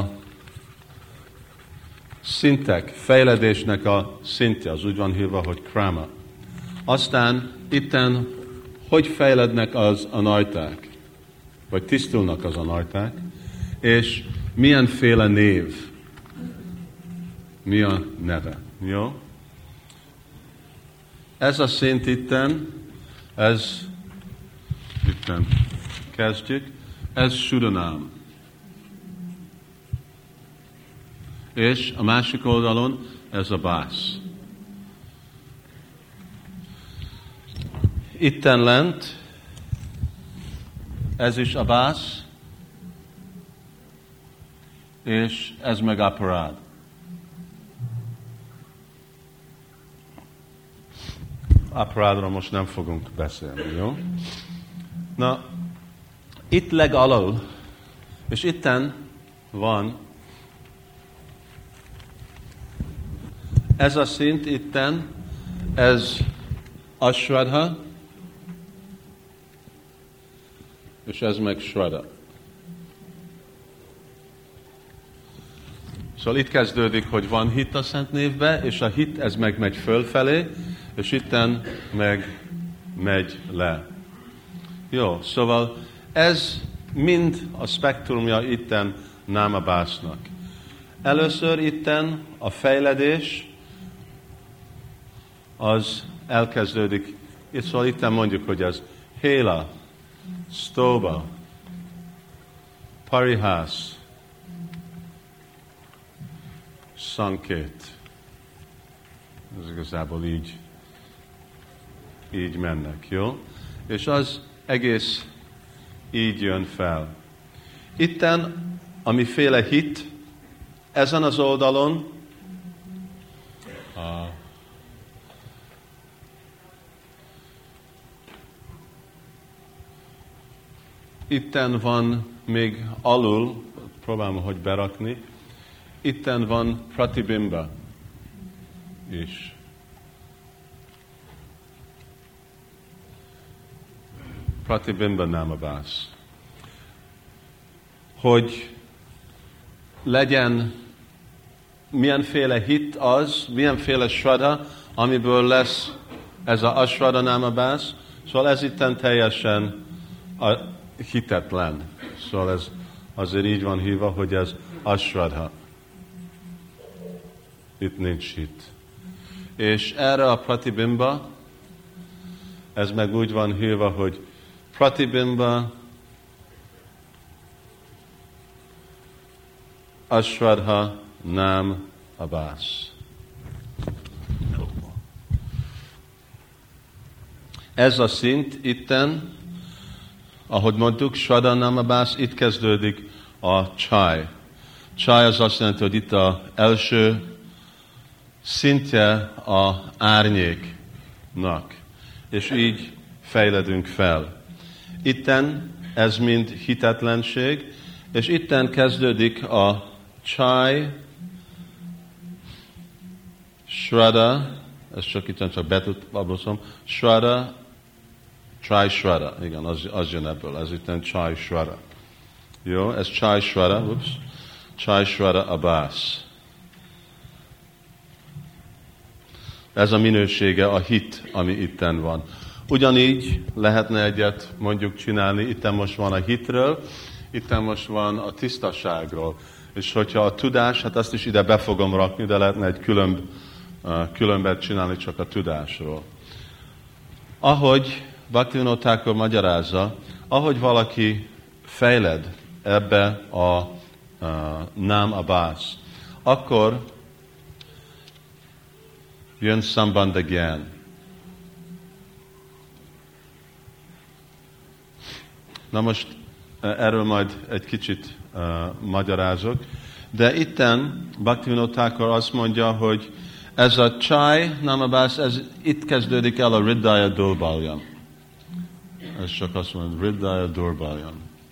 szintek, fejledésnek a szintje, az úgy van hívva, hogy krama. Aztán itten hogy fejlednek az a najták, vagy tisztulnak az a najták, és milyenféle név, mi a neve. Jó? Ez a szint itten, ez itten kezdjük, ez Sudanám. És a másik oldalon ez a bász. Itten lent, ez is a bász, és ez meg aparád. Aparádra most nem fogunk beszélni, jó? Na, itt legalul, és itten van ez a szint itten, ez Asvada, és ez meg Svada. Szóval itt kezdődik, hogy van hit a Szent Névbe, és a hit ez meg megy fölfelé, és itten meg megy le. Jó, szóval ez mind a spektrumja itten Namabásznak. Először itten a fejledés az elkezdődik. Itt szóval itten mondjuk, hogy ez Héla, Stoba, Parihász, Sankét. Ez igazából így, így mennek, jó? És az egész így jön fel. Itten, amiféle hit, ezen az oldalon a itten van még alul, próbálom, hogy berakni, itten van Pratibimba is. Pratibimba Namabász. Hogy legyen milyenféle hit az, milyenféle Svada, amiből lesz ez a Asvada Namabász. Szóval ez itten teljesen a hitetlen. Szóval ez azért így van hívva, hogy ez Asvada. Itt nincs hit. És erre a Pratibimba, ez meg úgy van hívva, hogy Pratibimba Asvada Namabász. Ez a szint itten, ahogy mondtuk, Svada Namabász, itt kezdődik a csaj. Csaj az azt jelenti, hogy itt az első szintje a árnyéknak, és így fejledünk fel. Itten ez mind hitetlenség, és itten kezdődik a csaj, Shraddha, ez csak itten csak betűt abroszom, Shraddha, Chai Shraddha, igen, az, az jön ebből, ez itten Chai Shraddha. Jó, ez Chai Shraddha, ups, Chai Shraddha Abász. Ez a minősége a hit, ami itten van. Ugyanígy lehetne egyet mondjuk csinálni, itten most van a hitről, itten most van a tisztaságról. És hogyha a tudás, hát azt is ide be fogom rakni, de lehetne egy külön különbet csinálni csak a tudásról. Ahogy Bhaktivinoda Thakur magyarázza, ahogy valaki fejled ebbe a, a Nam Abhász, akkor jön Sambandha Gyan. Na most erről majd egy kicsit uh, magyarázok, de itten Bhaktivinoda Thakur azt mondja, hogy ez a Chai Nam Abhász, ez itt kezdődik el a Hridaya Durbalyan. Ez csak azt mondja, Hridaya Durbalyan.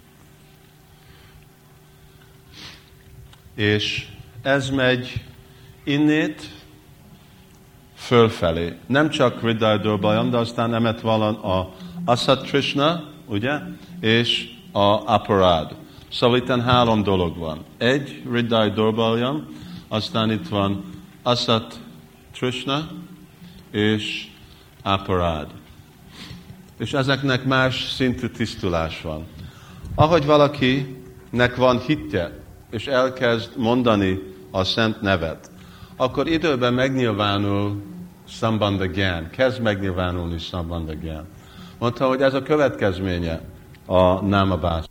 És ez megy innét fölfelé. Nem csak Hridaya Durbalyan, de aztán emet van a Asat Trishna, ugye? És a Aparad. Szóval itt három dolog van. Egy, Hridaya Durbalyan, aztán itt van Asat Trishna és Aparad. És ezeknek más szintű tisztulás van. Ahogy valakinek van hitje, és elkezd mondani a szent nevet, akkor időben megnyilvánul Sambandha Gyan, kezd megnyilvánulni Sambandha Gyan. Mondta, hogy ez a következménye a Nam Abhász.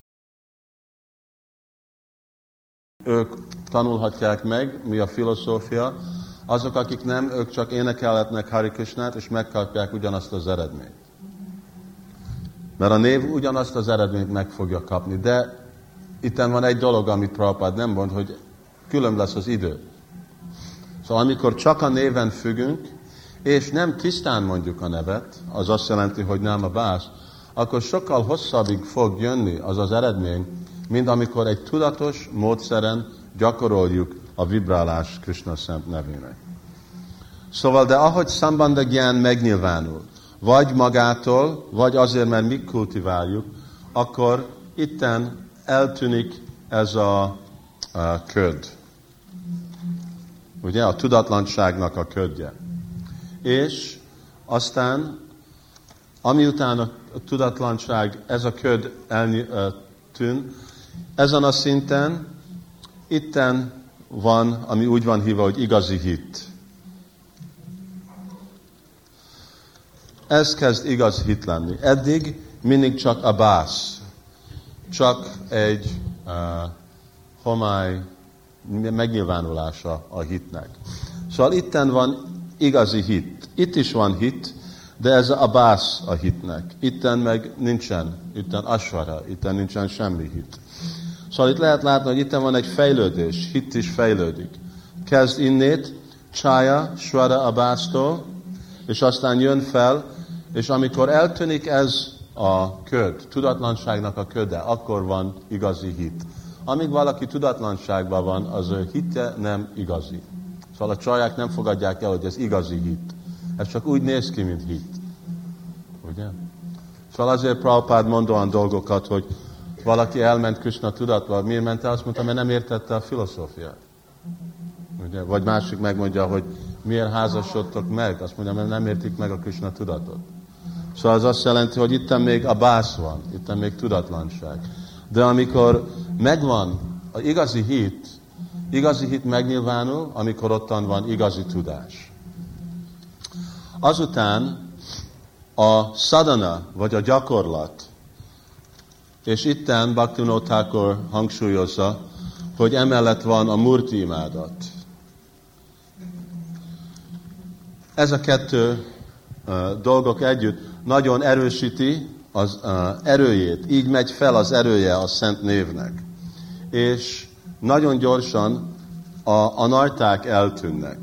Ők tanulhatják meg, mi a filozófia, azok, akik nem, ők csak énekelhetnek Hare Krishnát, és megkapják ugyanazt az eredményt. Mert a név ugyanazt az eredményt meg fogja kapni, de itten van egy dolog, amit Prabhupád nem mond, hogy külön lesz az idő. Szóval amikor csak a néven függünk, és nem tisztán mondjuk a nevet, az azt jelenti, hogy Nam Abhász, akkor sokkal hosszabbig fog jönni az az eredmény, mint amikor egy tudatos módszeren gyakoroljuk a vibrálás Krishna szent nevének. Szóval, de ahogy Sambandha Gyan megnyilvánul, vagy magától, vagy azért, mert mi kultiváljuk, akkor itten eltűnik ez a, a köd. Ugye, a tudatlanságnak a ködje. És aztán, amiután a tudatlanság, ez a köd eltűn, ezen a szinten, itten van, ami úgy van hívva, hogy igazi hit. Ez kezd igaz hit lenni. Eddig mindig csak abhász, csak egy uh, homály megnyilvánulása a hitnek. Szóval itten van igazi hit. Itt is van hit, de ez a abhász a hitnek. Itten meg nincsen, itten asvara, itten nincsen semmi hit. Szóval itt lehet látni, hogy itten van egy fejlődés, hit is fejlődik. Kezd innét, csája, svara abhásztól, és aztán jön fel, és amikor eltűnik ez a köd, tudatlanságnak a köde, akkor van igazi hit. Amíg valaki tudatlanságban van, az ő hitje nem igazi. Szóval a csaják nem fogadják el, hogy ez igazi hit. Ez csak úgy néz ki, mint hit. Ugye? Szóval azért Prabhupád mond olyan dolgokat, hogy valaki elment Krishna tudatba. Miért ment el? Azt mondta, mert nem értette a filozófiát. Ugye? Vagy másik megmondja, hogy miért házasodtok meg? Azt mondja, mert nem értik meg a Krishna tudatot. Szóval az azt jelenti, hogy itten még abhász van, itten még tudatlanság. De amikor megvan az igazi hit, igazi hit megnyilvánul, amikor ottan van igazi tudás. Azután a sadhana, vagy a gyakorlat, és itten Bhaktivinoda Thakur hangsúlyozza, hogy emellett van a murti imádat. Ez a kettő uh, dolgok együtt nagyon erősíti az uh, erőjét. Így megy fel az erője a szent névnek. És nagyon gyorsan a anarták eltűnnek.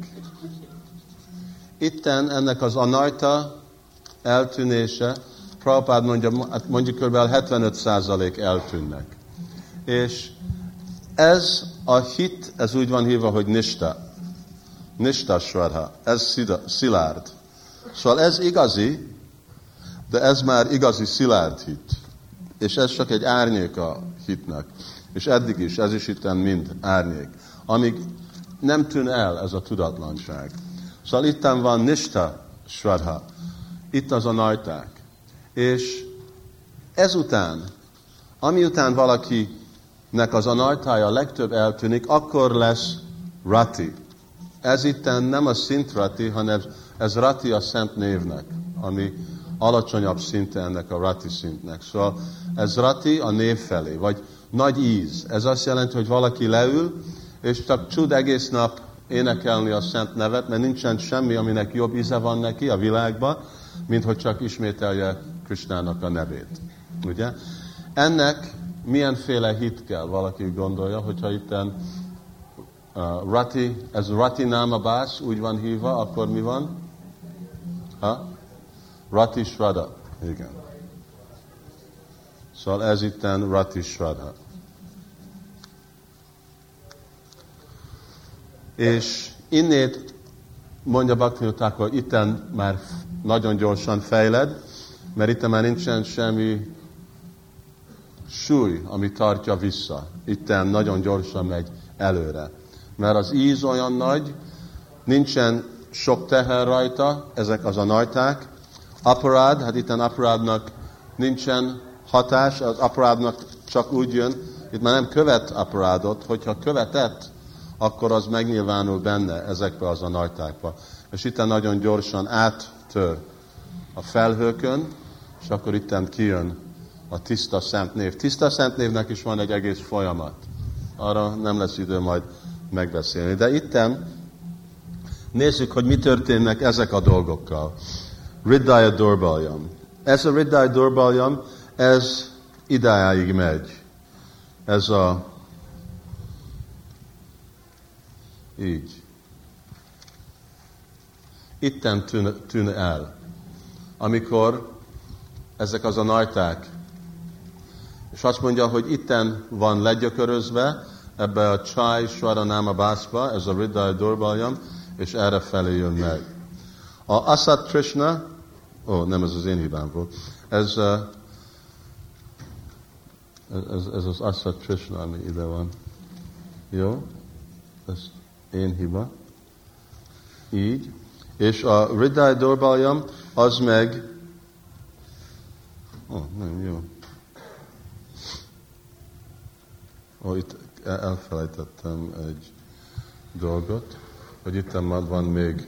Itten ennek az anarta eltűnése, Prabhupád mondja, mondjuk kb. hetvenöt százalék eltűnnek. És ez a hit, ez úgy van hívva, hogy nista. Nista svadha. Ez szilárd. Szóval ez igazi, de ez már igazi szilárd hit. És ez csak egy árnyék a hitnek. És eddig is, ez is itten mind árnyék. Amíg nem tűn el ez a tudatlanság. Szóval itten van nista svadha. Itt az a najták. És ezután, amiután valakinek az a najtája legtöbb eltűnik, akkor lesz rati. ez itten nem a szint rati, hanem ez rati a szent névnek, ami alacsonyabb szinte ennek a rati szintnek. Szóval ez rati a név felé, vagy nagy íz. Ez azt jelenti, hogy valaki leül, és csak tud egész nap énekelni a szent nevet, mert nincsen semmi, aminek jobb íze van neki a világban, mint hogy csak ismételje Krisnának a nevét. Ugye? Ennek milyenféle hit kell, valaki gondolja, hogyha itten uh, rati, ez rati náma bász, úgy van hívva, akkor mi van? Ha? Rati Shraddha. Igen. Szóval ez itten Rati Shraddha. És innét mondja Bhaktivinoda Thakur, itten már nagyon gyorsan fejled, mert itt már nincsen semmi súly, ami tartja vissza. Itten nagyon gyorsan megy előre. Mert az íz olyan nagy, nincsen sok teher rajta, ezek az a najták. Aparád, hát itten aparádnak nincsen hatás, az aparádnak csak úgy jön, itt már nem követ aparádot, hogyha követett, akkor az megnyilvánul benne ezekbe az a najtákba. És itten nagyon gyorsan áttör a felhőkön, és akkor itten kijön a tiszta szent név. Tiszta szent névnek is van egy egész folyamat. Arra nem lesz idő majd megbeszélni. De itten nézzük, hogy mi történnek ezek a dolgokkal. Riddhaya Durbalyam. Ez a Riddhaya Durbalyam, ez idáig megy. Ez a így. Itten tűn, tűn el. Amikor ezek az a najták, és azt mondja, hogy itten van legyökörözve ebbe a Chai Shraddha Nama Bászba, ez a Riddhaya Durbalyam, és erre felé jön meg. A Asat Trishna, ó, oh, nem, ez az én hibám volt, ez, uh, ez, ez az Asat Trishna, ami ide van. Jó? Ez én hiba. Így. És a Riddhaya Durbalyam, az meg, ó, oh, nem, jó. Ó, oh, itt elfelejtettem egy dolgot, hogy itt van még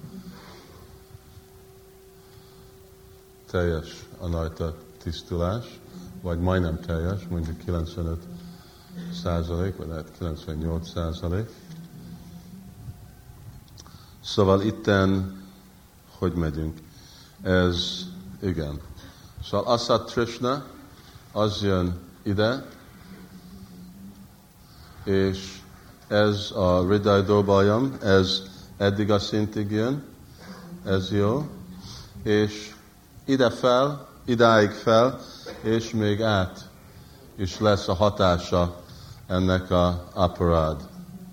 teljes a najta tisztulás, vagy majdnem teljes, mondjuk kilencvenöt százalék, vagy lehet kilencvennyolc százalék. Szóval itten, hogy megyünk? Ez, igen. Szóval Asat Trishna, az jön ide, és ez a Riddhaya Durbalyam, ez eddig a szintig jön, ez jó, és ide fel, idáig fel, és még át is lesz a hatása ennek a aparád.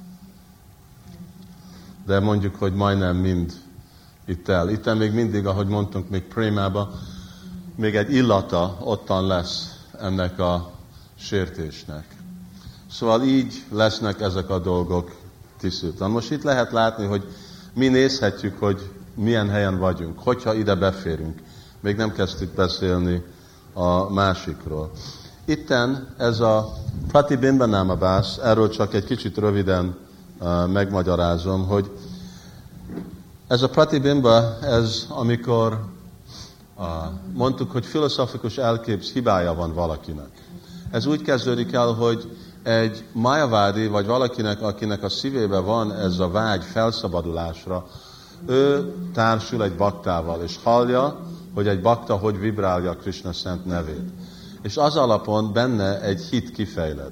De mondjuk, hogy majdnem mind itt el. Itten még mindig, ahogy mondtunk, még prémába, még egy illata ottan lesz ennek a sértésnek. Szóval így lesznek ezek a dolgok tisztítva. Most itt lehet látni, hogy mi nézhetjük, hogy milyen helyen vagyunk, hogyha ide beférünk. Még nem kezdtük beszélni a másikról. Itten ez a Pratibimba Nama Bász, erről csak egy kicsit röviden uh, megmagyarázom, hogy ez a Pratibimba, ez amikor uh, mondtuk, hogy filozofikus elképz hibája van valakinek. Ez úgy kezdődik el, hogy egy majavádi, vagy valakinek, akinek a szívébe van ez a vágy felszabadulásra, ő társul egy baktával, és hallja, hogy egy bakta hogy vibrálja Krishna szent nevét. És az alapon benne egy hit kifejled.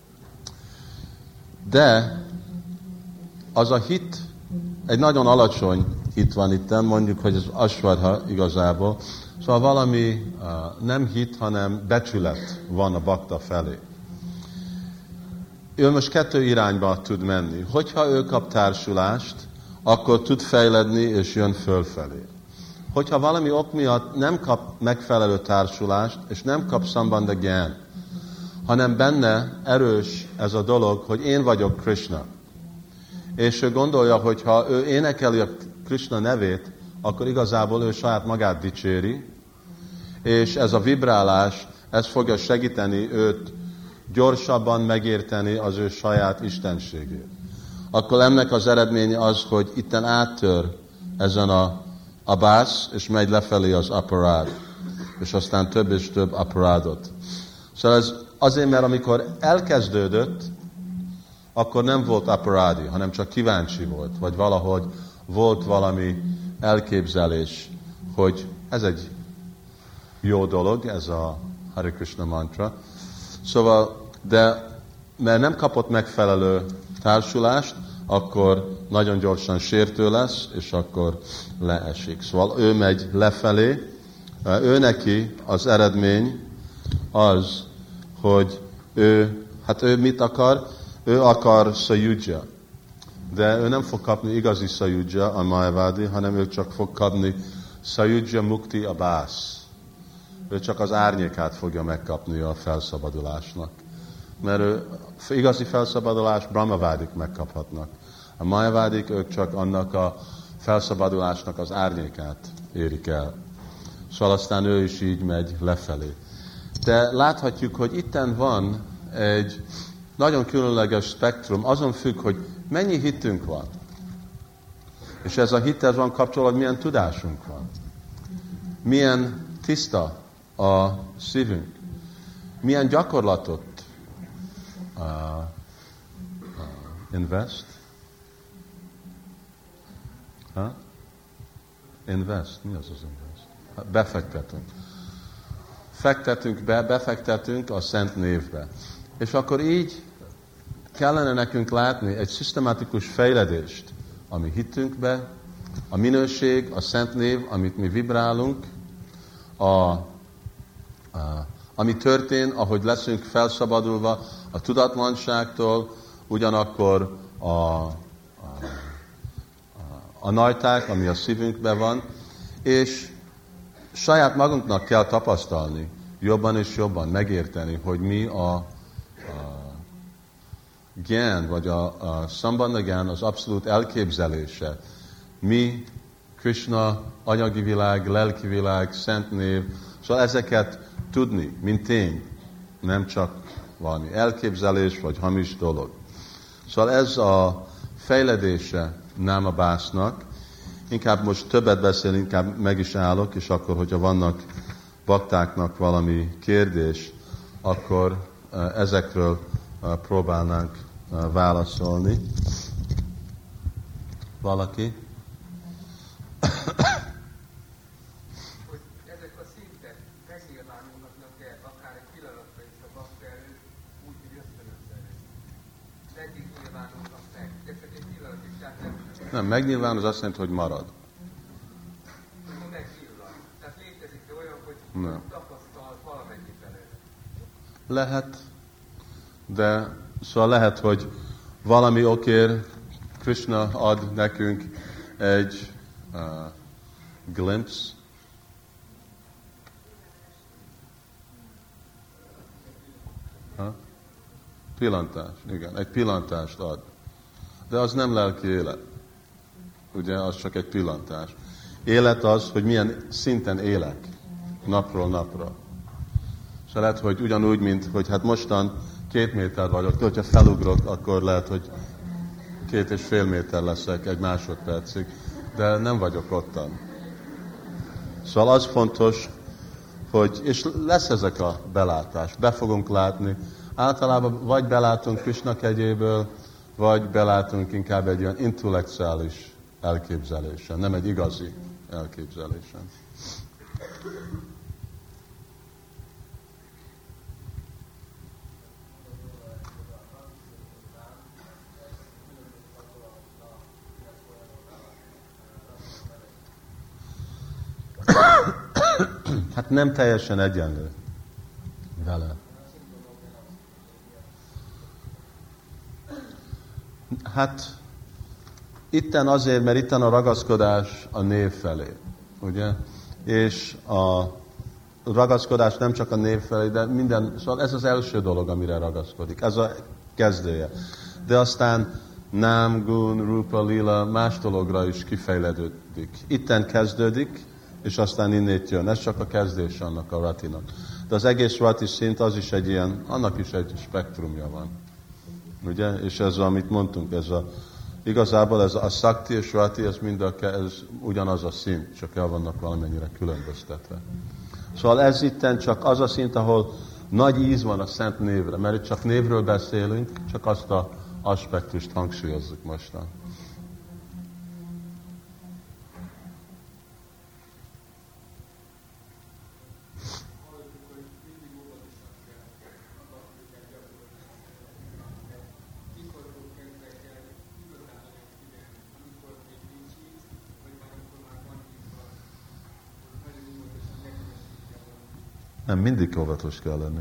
De az a hit, egy nagyon alacsony hit van itten, mondjuk, hogy ez asvadha igazából, szóval valami uh, nem hit, hanem becsület van a bakta felé. Ő most kettő irányba tud menni. Hogyha ő kap társulást, akkor tud fejledni, és jön fölfelé. Hogyha valami ok miatt nem kap megfelelő társulást, és nem kap sambandha gyán, hanem benne erős ez a dolog, hogy én vagyok Krishna. És ő gondolja, hogy ha ő énekeli a Krishna nevét, akkor igazából ő saját magát dicséri, és ez a vibrálás, ez fogja segíteni őt gyorsabban megérteni az ő saját istenségét. akkor ennek az eredménye az, hogy itten áttör ezen a abász, és megy lefelé az aparád. És aztán több és több aparádot. Szóval ez azért, mert amikor elkezdődött, akkor nem volt aparádi, hanem csak kíváncsi volt, vagy valahogy volt valami elképzelés, hogy ez egy jó dolog, ez a Hare Krishna mantra. Szóval, de mert nem kapott megfelelő társulást, akkor nagyon gyorsan sértő lesz, és akkor leesik. Szóval ő megy lefelé, ő neki az eredmény az, hogy ő, hát ő mit akar? Ő akar szajúdzsa. De ő nem fog kapni igazi szajúdzsa a Mayavadi, hanem ő csak fog kapni szajúdzsa mukti abász. Ő csak az árnyékát fogja megkapni a felszabadulásnak. Mert ő, igazi felszabadulás Brahmavádik megkaphatnak. A Mayavádik ők csak annak a felszabadulásnak az árnyékát érik el. Szóval aztán ő is így megy lefelé. De láthatjuk, hogy itten van egy nagyon különleges spektrum, azon függ, hogy mennyi hitünk van. És ez a hittel van kapcsolatban, milyen tudásunk van. Milyen tiszta a szívünk. Milyen gyakorlatot uh, uh, invest. Huh? Invest? Mi az az invest? Befektetünk. Fektetünk be, befektetünk a szent névbe. És akkor így kellene nekünk látni egy szisztematikus fejledést, ami hitünkbe, a minőség, a szent név, amit mi vibrálunk, a, a, ami történ, ahogy leszünk felszabadulva a tudatlanságtól, ugyanakkor a, a, a, a najták, ami a szívünkben van, és saját magunknak kell tapasztalni, jobban és jobban megérteni, hogy mi a, a gyán, vagy a, a szambandha gyán az abszolút elképzelése. Mi, Krishna, anyagi világ, lelki világ, szent név, szóval ezeket tudni, mint tény, nem csak valami elképzelés, vagy hamis dolog. Szóval ez a fejledése Námabásznak. Inkább most többet beszél, inkább meg is állok, és akkor, hogyha vannak baktáknak valami kérdés, akkor ezekről próbálnánk válaszolni. Valaki? Hogy ezek a szintek megnyilvánulnak-e akár egy pillanatra is a bakta előtt, úgy, hogy ösztönözzel. Eddig nyilvánulnak meg, de csak egy pillanat is, tehát nem... Nem, megnyilvánul az azt jelenti, hogy marad. Megnyilván. Tehát létezik-e olyan, hogy nem. Tapasztal valamennyi belőle? Lehet, de szóval lehet, hogy valami okér Krishna ad nekünk egy uh, glimpse. Ha? Pillantás, igen, egy pillantást ad. De az nem lelki élet. Ugye, az csak egy pillantás. Élet az, hogy milyen szinten élek napról napra. És lehet, hogy ugyanúgy, mint hogy hát mostan két méter vagyok, de hogyha felugrok, akkor lehet, hogy két és fél méter leszek egy másodpercig, de nem vagyok ottan. Szóval az fontos, hogy, és lesz ezek a belátás, be fogunk látni. Általában vagy belátunk Krishna kegyéből, vagy belátunk inkább egy olyan intellektuális elképzelésen, nem egy igazi elképzelésen. Hát nem teljesen egyenlő vele. Hát itten azért, mert itten a ragaszkodás a név felé, ugye? És a ragaszkodás nem csak a név felé, de minden, szóval ez az első dolog, amire ragaszkodik. Ez a kezdője. De aztán Nám, Gun, Rupa, Lila más dologra is kifejlődődik. Itten kezdődik, és aztán innét jön. Ez csak a kezdés annak a ratinak. De az egész rati szint az is egy ilyen, annak is egy spektrumja van. Ugye? És ez, amit mondtunk, ez a igazából ez a Sakti és Rati, ez mind a, ez ugyanaz a szint, csak el vannak valamennyire különböztetve. Szóval ez itten csak az a szint, ahol nagy íz van a szent névre, mert itt csak névről beszélünk, csak azt az aspektust hangsúlyozzuk mostan. Nem, mindig óvatos kell lenni.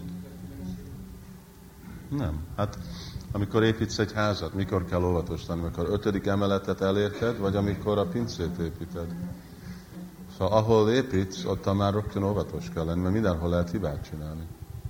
Nem, hát amikor építsz egy házat, mikor kell óvatos lenni? Amikor ötödik emeletet elérted, vagy amikor a pincét építed? Szóval ahol építsz, ott már rögtön óvatos kell lenni, mert mindenhol lehet hibát csinálni.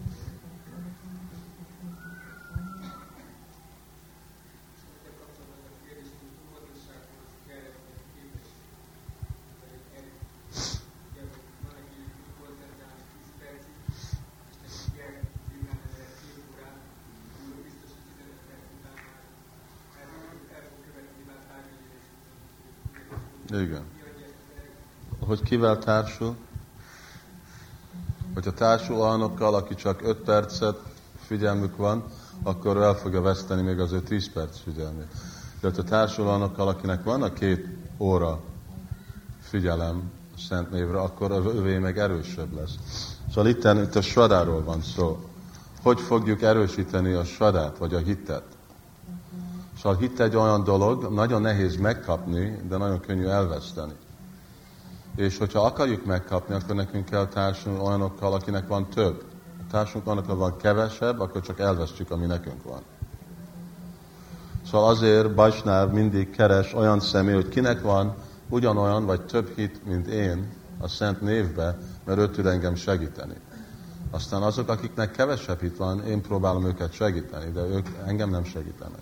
Igen. Hogy kivel társul? Hogyha társul olyanokkal, aki csak öt percet figyelmük van, akkor el fogja veszteni még az ő tíz perc figyelmét. De hogyha társul olyanokkal, akinek van a két óra figyelem a Szent Névre, akkor az övé meg erősebb lesz. Szóval itt, itt a svadáról van szó. Hogy fogjuk erősíteni a svadát, vagy a hitet? Szóval hit egy olyan dolog, nagyon nehéz megkapni, de nagyon könnyű elveszteni. És hogyha akarjuk megkapni, akkor nekünk kell társulni olyanokkal, akinek van több. A társulunk olyanokkal van kevesebb, akkor csak elvesztjük, ami nekünk van. Szóval azért Bajsnáv mindig keres olyan személy, hogy kinek van ugyanolyan vagy több hit, mint én a Szent Névbe, mert ő tud engem segíteni. Aztán azok, akiknek kevesebb hit van, én próbálom őket segíteni, de ők engem nem segítenek.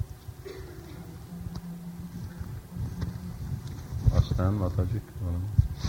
Aztán Matajik valami.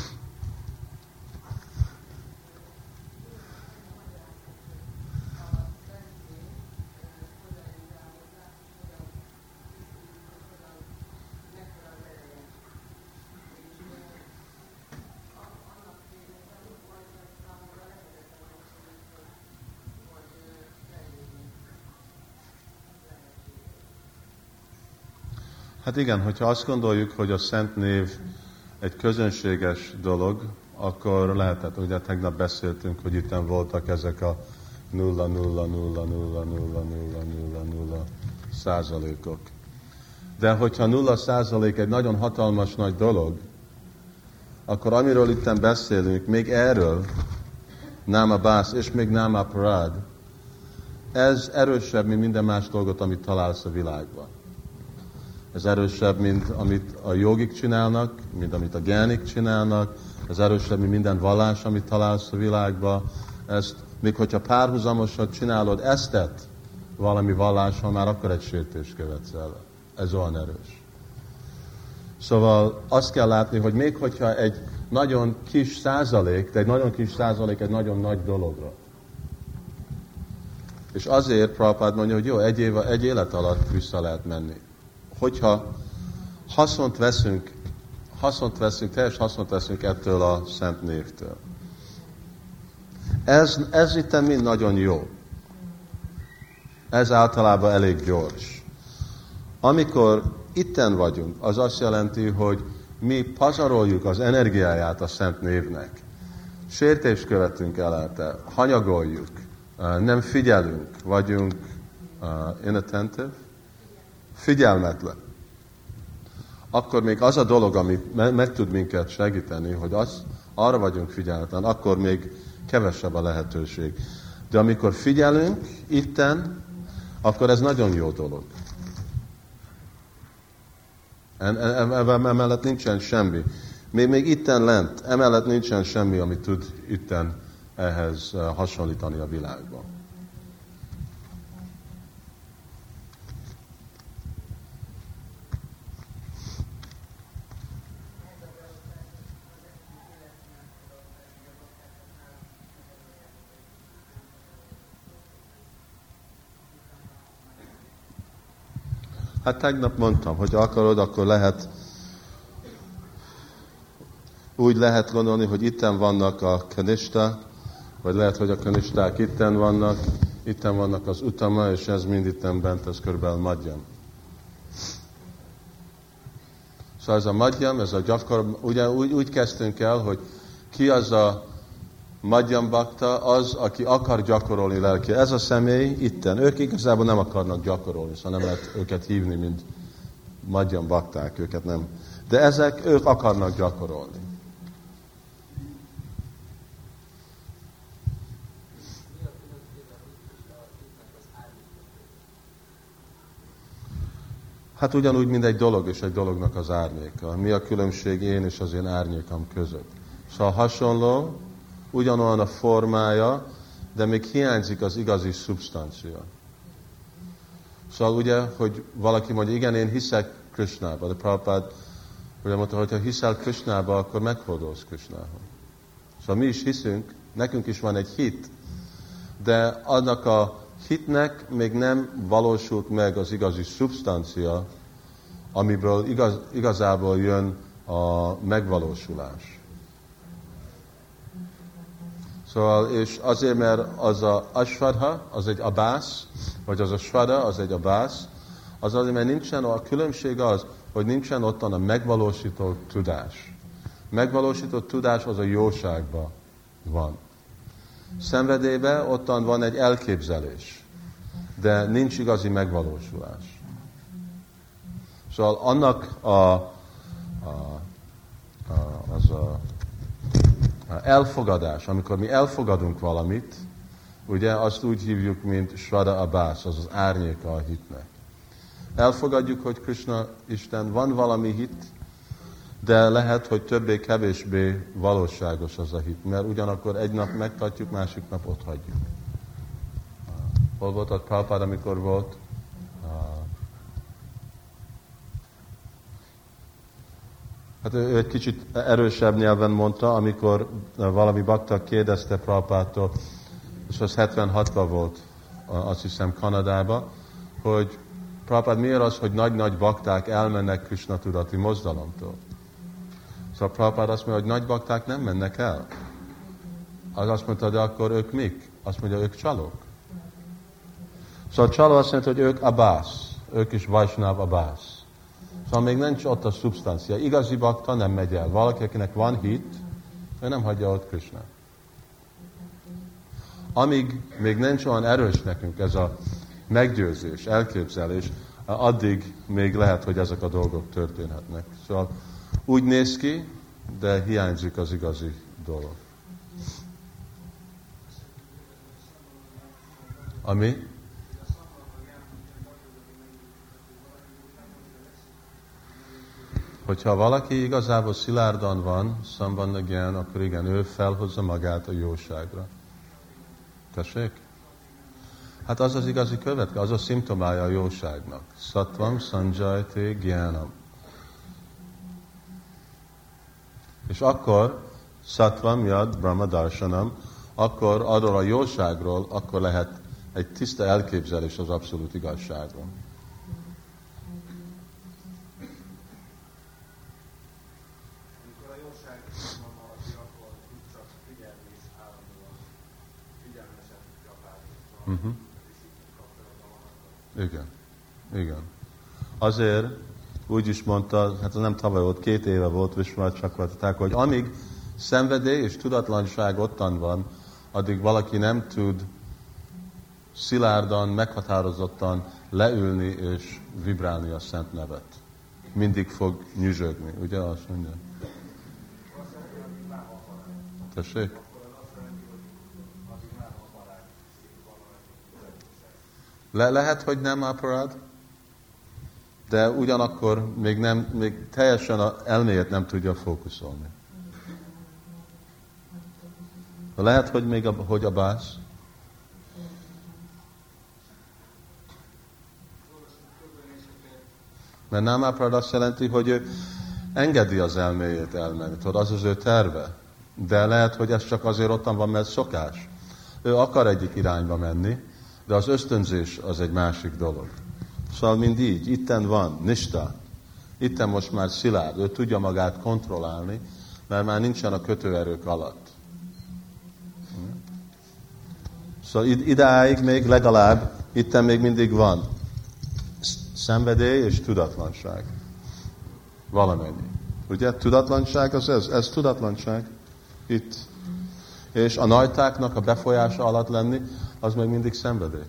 Hát igen, hogyha azt gondoljuk, hogy a Szent Név egy közönséges dolog, akkor lehetett, ugye tegnap beszéltünk, hogy itten voltak ezek a nulla nulla nulla nulla nulla nulla nulla nulla százalékok. De hogyha nulla százalék egy nagyon hatalmas nagy dolog, akkor amiről itten beszélünk, még erről, Náma Bász és még Náma Parád, ez erősebb, mint minden más dolgot, amit találsz a világban. Ez erősebb, mint amit a jogik csinálnak, mint amit a gyánik csinálnak, ez erősebb, mint minden vallás, amit találsz a világban. Ezt, még hogyha párhuzamosan csinálod eztet valami vallással, már akkor egy sértést követsz el. Ez olyan erős. Szóval azt kell látni, hogy még hogyha egy nagyon kis százalék, de egy nagyon kis százalék egy nagyon nagy dologra. És azért Prabhupád mondja, hogy jó, egy, éve, egy élet alatt vissza lehet menni. Hogyha haszont veszünk, haszont veszünk, teljes haszont veszünk ettől a Szent Névtől. Ez, ez itt mind nagyon jó. Ez általában elég gyors. Amikor itten vagyunk, az azt jelenti, hogy mi pazaroljuk az energiáját a Szent Névnek. Sértést követünk el, hanyagoljuk, nem figyelünk, vagyunk uh, inattentive, figyelmetlen. Akkor még az a dolog, ami me- meg tud minket segíteni, hogy az, arra vagyunk figyelmetlen, akkor még kevesebb a lehetőség. De amikor figyelünk itten, akkor ez nagyon jó dolog. Emellett nincsen semmi. Még, még itten lent, emellett nincsen semmi, ami tud itten ehhez hasonlítani a világban. Hát tegnap mondtam, hogy akarod, akkor lehet úgy lehet gondolni, hogy itten vannak a kanista, vagy lehet, hogy a kanisták itten vannak, itten vannak az utama, és ez mind itten bent, ez körülbelül madhyam. Szóval ez a madhyam, ez a gyakor, ugye úgy, úgy kezdtünk el, hogy ki az a madhyam bakta, az, aki akar gyakorolni lelki. Ez a személy itten. Ők igazából nem akarnak gyakorolni, szóval nem lehet őket hívni, mint madhyam bakták, őket nem. De ezek, ők akarnak gyakorolni. Hát ugyanúgy, mint egy dolog és egy dolognak az árnyéka. Mi a különbség én és az én árnyékam között? Szóval hasonló, ugyanolyan a formája, de még hiányzik az igazi szubstancia. Szóval ugye, hogy valaki mondja, igen, én hiszek Krishnába, de Prabhupád ugye mondta, hogy ha hiszel Krishnába, akkor meghódolsz Krishnába. Szóval mi is hiszünk, nekünk is van egy hit, de annak a hitnek még nem valósult meg az igazi szubstancia, amiből igaz, igazából jön a megvalósulás. Szóval, és azért, mert az a asvadha, az egy abász, vagy az a svada, az egy abász, az azért, mert nincsen, a különbség az, hogy nincsen ottan a megvalósító tudás. Megvalósító tudás az a jóságban van. Szenvedélyben ottan van egy elképzelés, de nincs igazi megvalósulás. Szóval annak a, a, a, az a, a elfogadás, amikor mi elfogadunk valamit, ugye azt úgy hívjuk, mint Svada Abász, az az árnyéka a hitnek. Elfogadjuk, hogy Krishna Isten, van valami hit, de lehet, hogy többé-kevésbé valóságos az a hit, mert ugyanakkor egy nap megtartjuk, másik nap ott hagyjuk. Hol volt a Prabhupád, amikor volt? Hát ő egy kicsit erősebb nyelven mondta, amikor valami bakta kérdezte Prabhupádtól, és az hetvenhatban volt, azt hiszem Kanadában, hogy Prabhupád, miért az, hogy nagy-nagy bakták elmennek Krishna tudati mozdalomtól? Szóval Prabhupád azt mondja, hogy nagy bakták nem mennek el. Az azt mondta, de akkor ők mik? Azt mondja, ők csalók. Szóval csaló azt mondja, hogy ők abász, ők is Vaisnav abász. Szóval még nincs ott a szubstancia. Igazi bakta nem megy el. Valaki, akinek van hit, ő nem hagyja ott Krishnát. Amíg még nincs olyan erős nekünk ez a meggyőzés, elképzelés, addig még lehet, hogy ezek a dolgok történhetnek. Szóval úgy néz ki, de hiányzik az igazi dolog. Ami? Hogyha valaki igazából szilárdan van, szambandagyan, akkor igen, ő felhozza magát a jóságra. Tessék? Hát az az igazi követke, az a szimptomája a jóságnak. Sattvam sanjayate gyánam. És akkor, sattvam yad brahma darshanam, akkor arról a jóságról, akkor lehet egy tiszta elképzelés az abszolút igazságról. Uh-huh. Igen, igen. Azért úgy is mondta, hát nem tavaly volt, két éve volt Vishwanath Chakravarti, hogy amíg szenvedély és tudatlanság ottan van, addig valaki nem tud szilárdan, meghatározottan leülni és vibrálni a szent nevet. Mindig fog nyüzsögni, ugye azt mondja? Tessék? Le, lehet, hogy nem aparad, de ugyanakkor még, nem, még teljesen az elméjét nem tudja fókuszolni. Lehet, hogy még a, hogy a bász. Mert nem aparad azt jelenti, hogy ő engedi az elméjét elmenni. Tudod, az az ő terve. De lehet, hogy ez csak azért ottan van, mert szokás. Ő akar egyik irányba menni, de az ösztönzés az egy másik dolog. Szóval mind így, itten van, nista. Itten most már szilárd, ő tudja magát kontrollálni, mert már nincsen a kötőerők alatt. Szóval idáig még legalább, itten még mindig van szenvedély és tudatlanság. Valamennyi. Ugye? Tudatlanság az ez, ez tudatlanság. Itt. És a najtáknak a befolyása alatt lenni, az meg mindig szenvedély.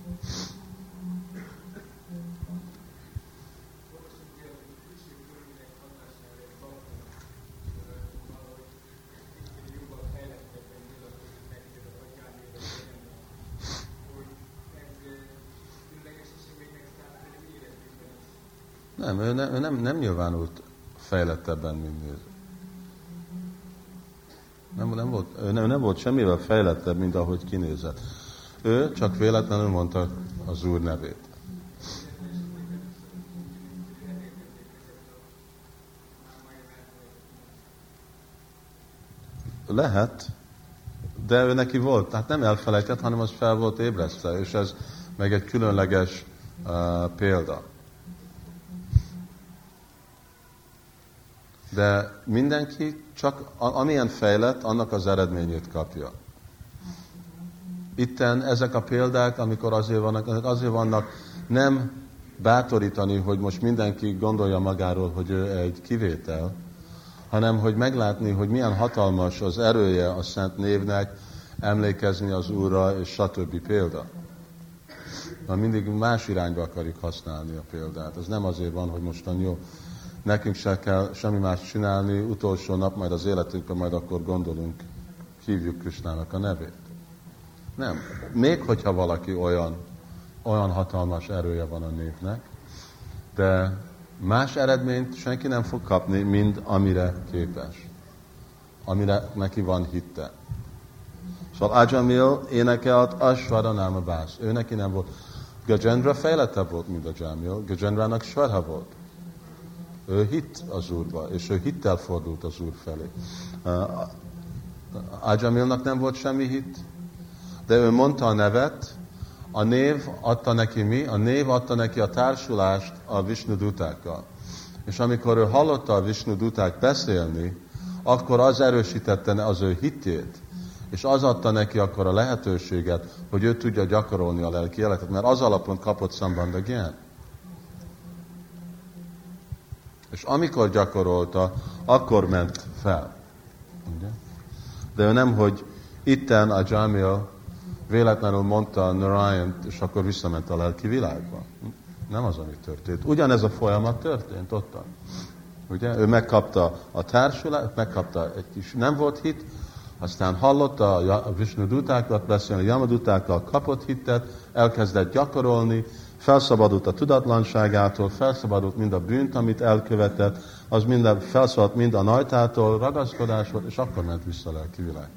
Nem, ő, ne, ő nem, nem nyilvánult fejlettebben, mint mi. Nem, nem, volt, ő nem, nem volt semmivel fejlettebb, mint ahogy kinézett. Ő csak véletlenül mondta az Úr nevét. Lehet, de ő neki volt, tehát nem elfelejtett, hanem az fel volt ébresztve, és ez meg egy különleges uh, példa. De mindenki csak amilyen fejlett, annak az eredményét kapja. Itten ezek a példák, amikor azért vannak, azért vannak nem bátorítani, hogy most mindenki gondolja magáról, hogy ő egy kivétel, hanem hogy meglátni, hogy milyen hatalmas az erője a Szent Névnek, emlékezni az Úrra, és stb. Példa. Mert mindig más irányba akarjuk használni a példát. Ez nem azért van, hogy mostan jó, nekünk se kell semmi más csinálni, utolsó nap majd az életünkben majd akkor gondolunk, hívjuk Krisnának a nevét. Nem. Még hogyha valaki olyan, olyan hatalmas erője van a névnek, de más eredményt senki nem fog kapni, mint amire képes. Amire neki van hitte. Szóval Ajamil énekelt Ashwara Bász. Ő neki nem volt. Gajendra fejlettebb volt, mint Ajamil. Gajendrának Svara volt. Ő hitt az Úrba, és ő hittel fordult az Úr felé. Uh, Ajamilnak nem volt semmi hit, de ő mondta a nevet, a név adta neki mi? A név adta neki a társulást a Vishnu dutákkal. És amikor ő hallotta a Vishnu duták beszélni, akkor az erősítette az ő hitét, és az adta neki akkor a lehetőséget, hogy ő tudja gyakorolni a lelki életet, mert az alapon kapott Sambandha Gyán. És amikor gyakorolta, akkor ment fel. De ő nem, hogy itten a Ajamil véletlenül mondta Narayant, és akkor visszament a lelki világba. Nem az, ami történt. Ugyanez a folyamat történt ottan. Ugye? Ő megkapta a társulást, megkapta egy kis, nem volt hit, aztán hallotta a Vishnu dutákat beszélni, a Yamadutákkal kapott hittet, elkezdett gyakorolni, felszabadult a tudatlanságától, felszabadult mind a bűnt, amit elkövetett, az minden, felszabadult mind a najtától, ragaszkodás volt, és akkor ment vissza a lelki világba.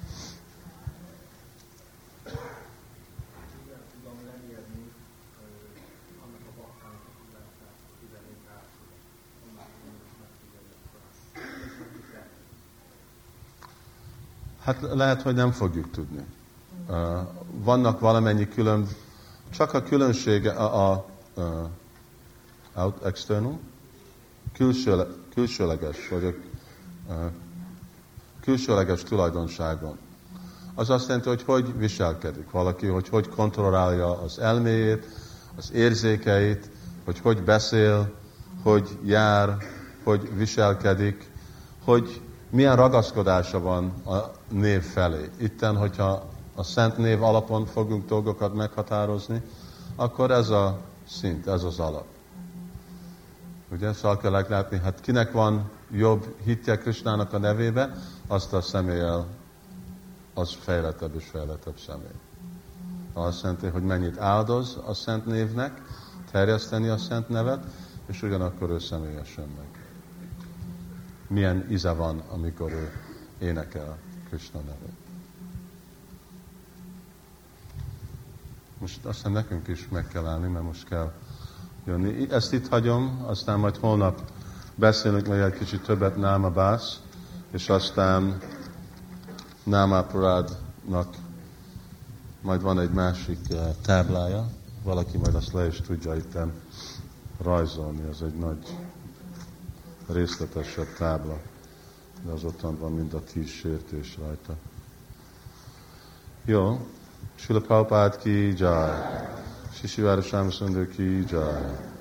Hát lehet, hogy nem fogjuk tudni. Vannak valamennyi külön, csak a különbsége a, a, a out external, külső, külsőleges, vagy a, a külsőleges tulajdonságon. Az azt jelenti, hogy hogy viselkedik valaki, hogy hogy kontrollálja az elméjét, az érzékeit, hogy hogy beszél, hogy jár, hogy viselkedik, hogy milyen ragaszkodása van a név felé. Itten, hogyha a szent név alapon fogunk dolgokat meghatározni, akkor ez a szint, ez az alap. Ugye, szóval kell látni, hát kinek van jobb hitje Krisnának a nevébe, azt a személlyel, az fejlettebb és fejlettebb személy. Azt jelenti, hogy mennyit áldoz a szent névnek, terjeszteni a szent nevet, és ugyanakkor ő személyesen meg. Milyen íze van, amikor ő énekel Krishna nevét. Most aztán nekünk is meg kell állni, mert most kell jönni. Ezt itt hagyom, aztán majd holnap beszélünk meg egy kicsit többet Náma Bász, és aztán Náma Parádnak majd van egy másik táblája, valaki majd azt le is tudja itten rajzolni, ez egy nagy részletesebb tábla, de az ottan van mind a tíz sértés rajta. Jó, Srila Prabhupád ki jai, Sri Sri Radha Shyama Sundar ki jai.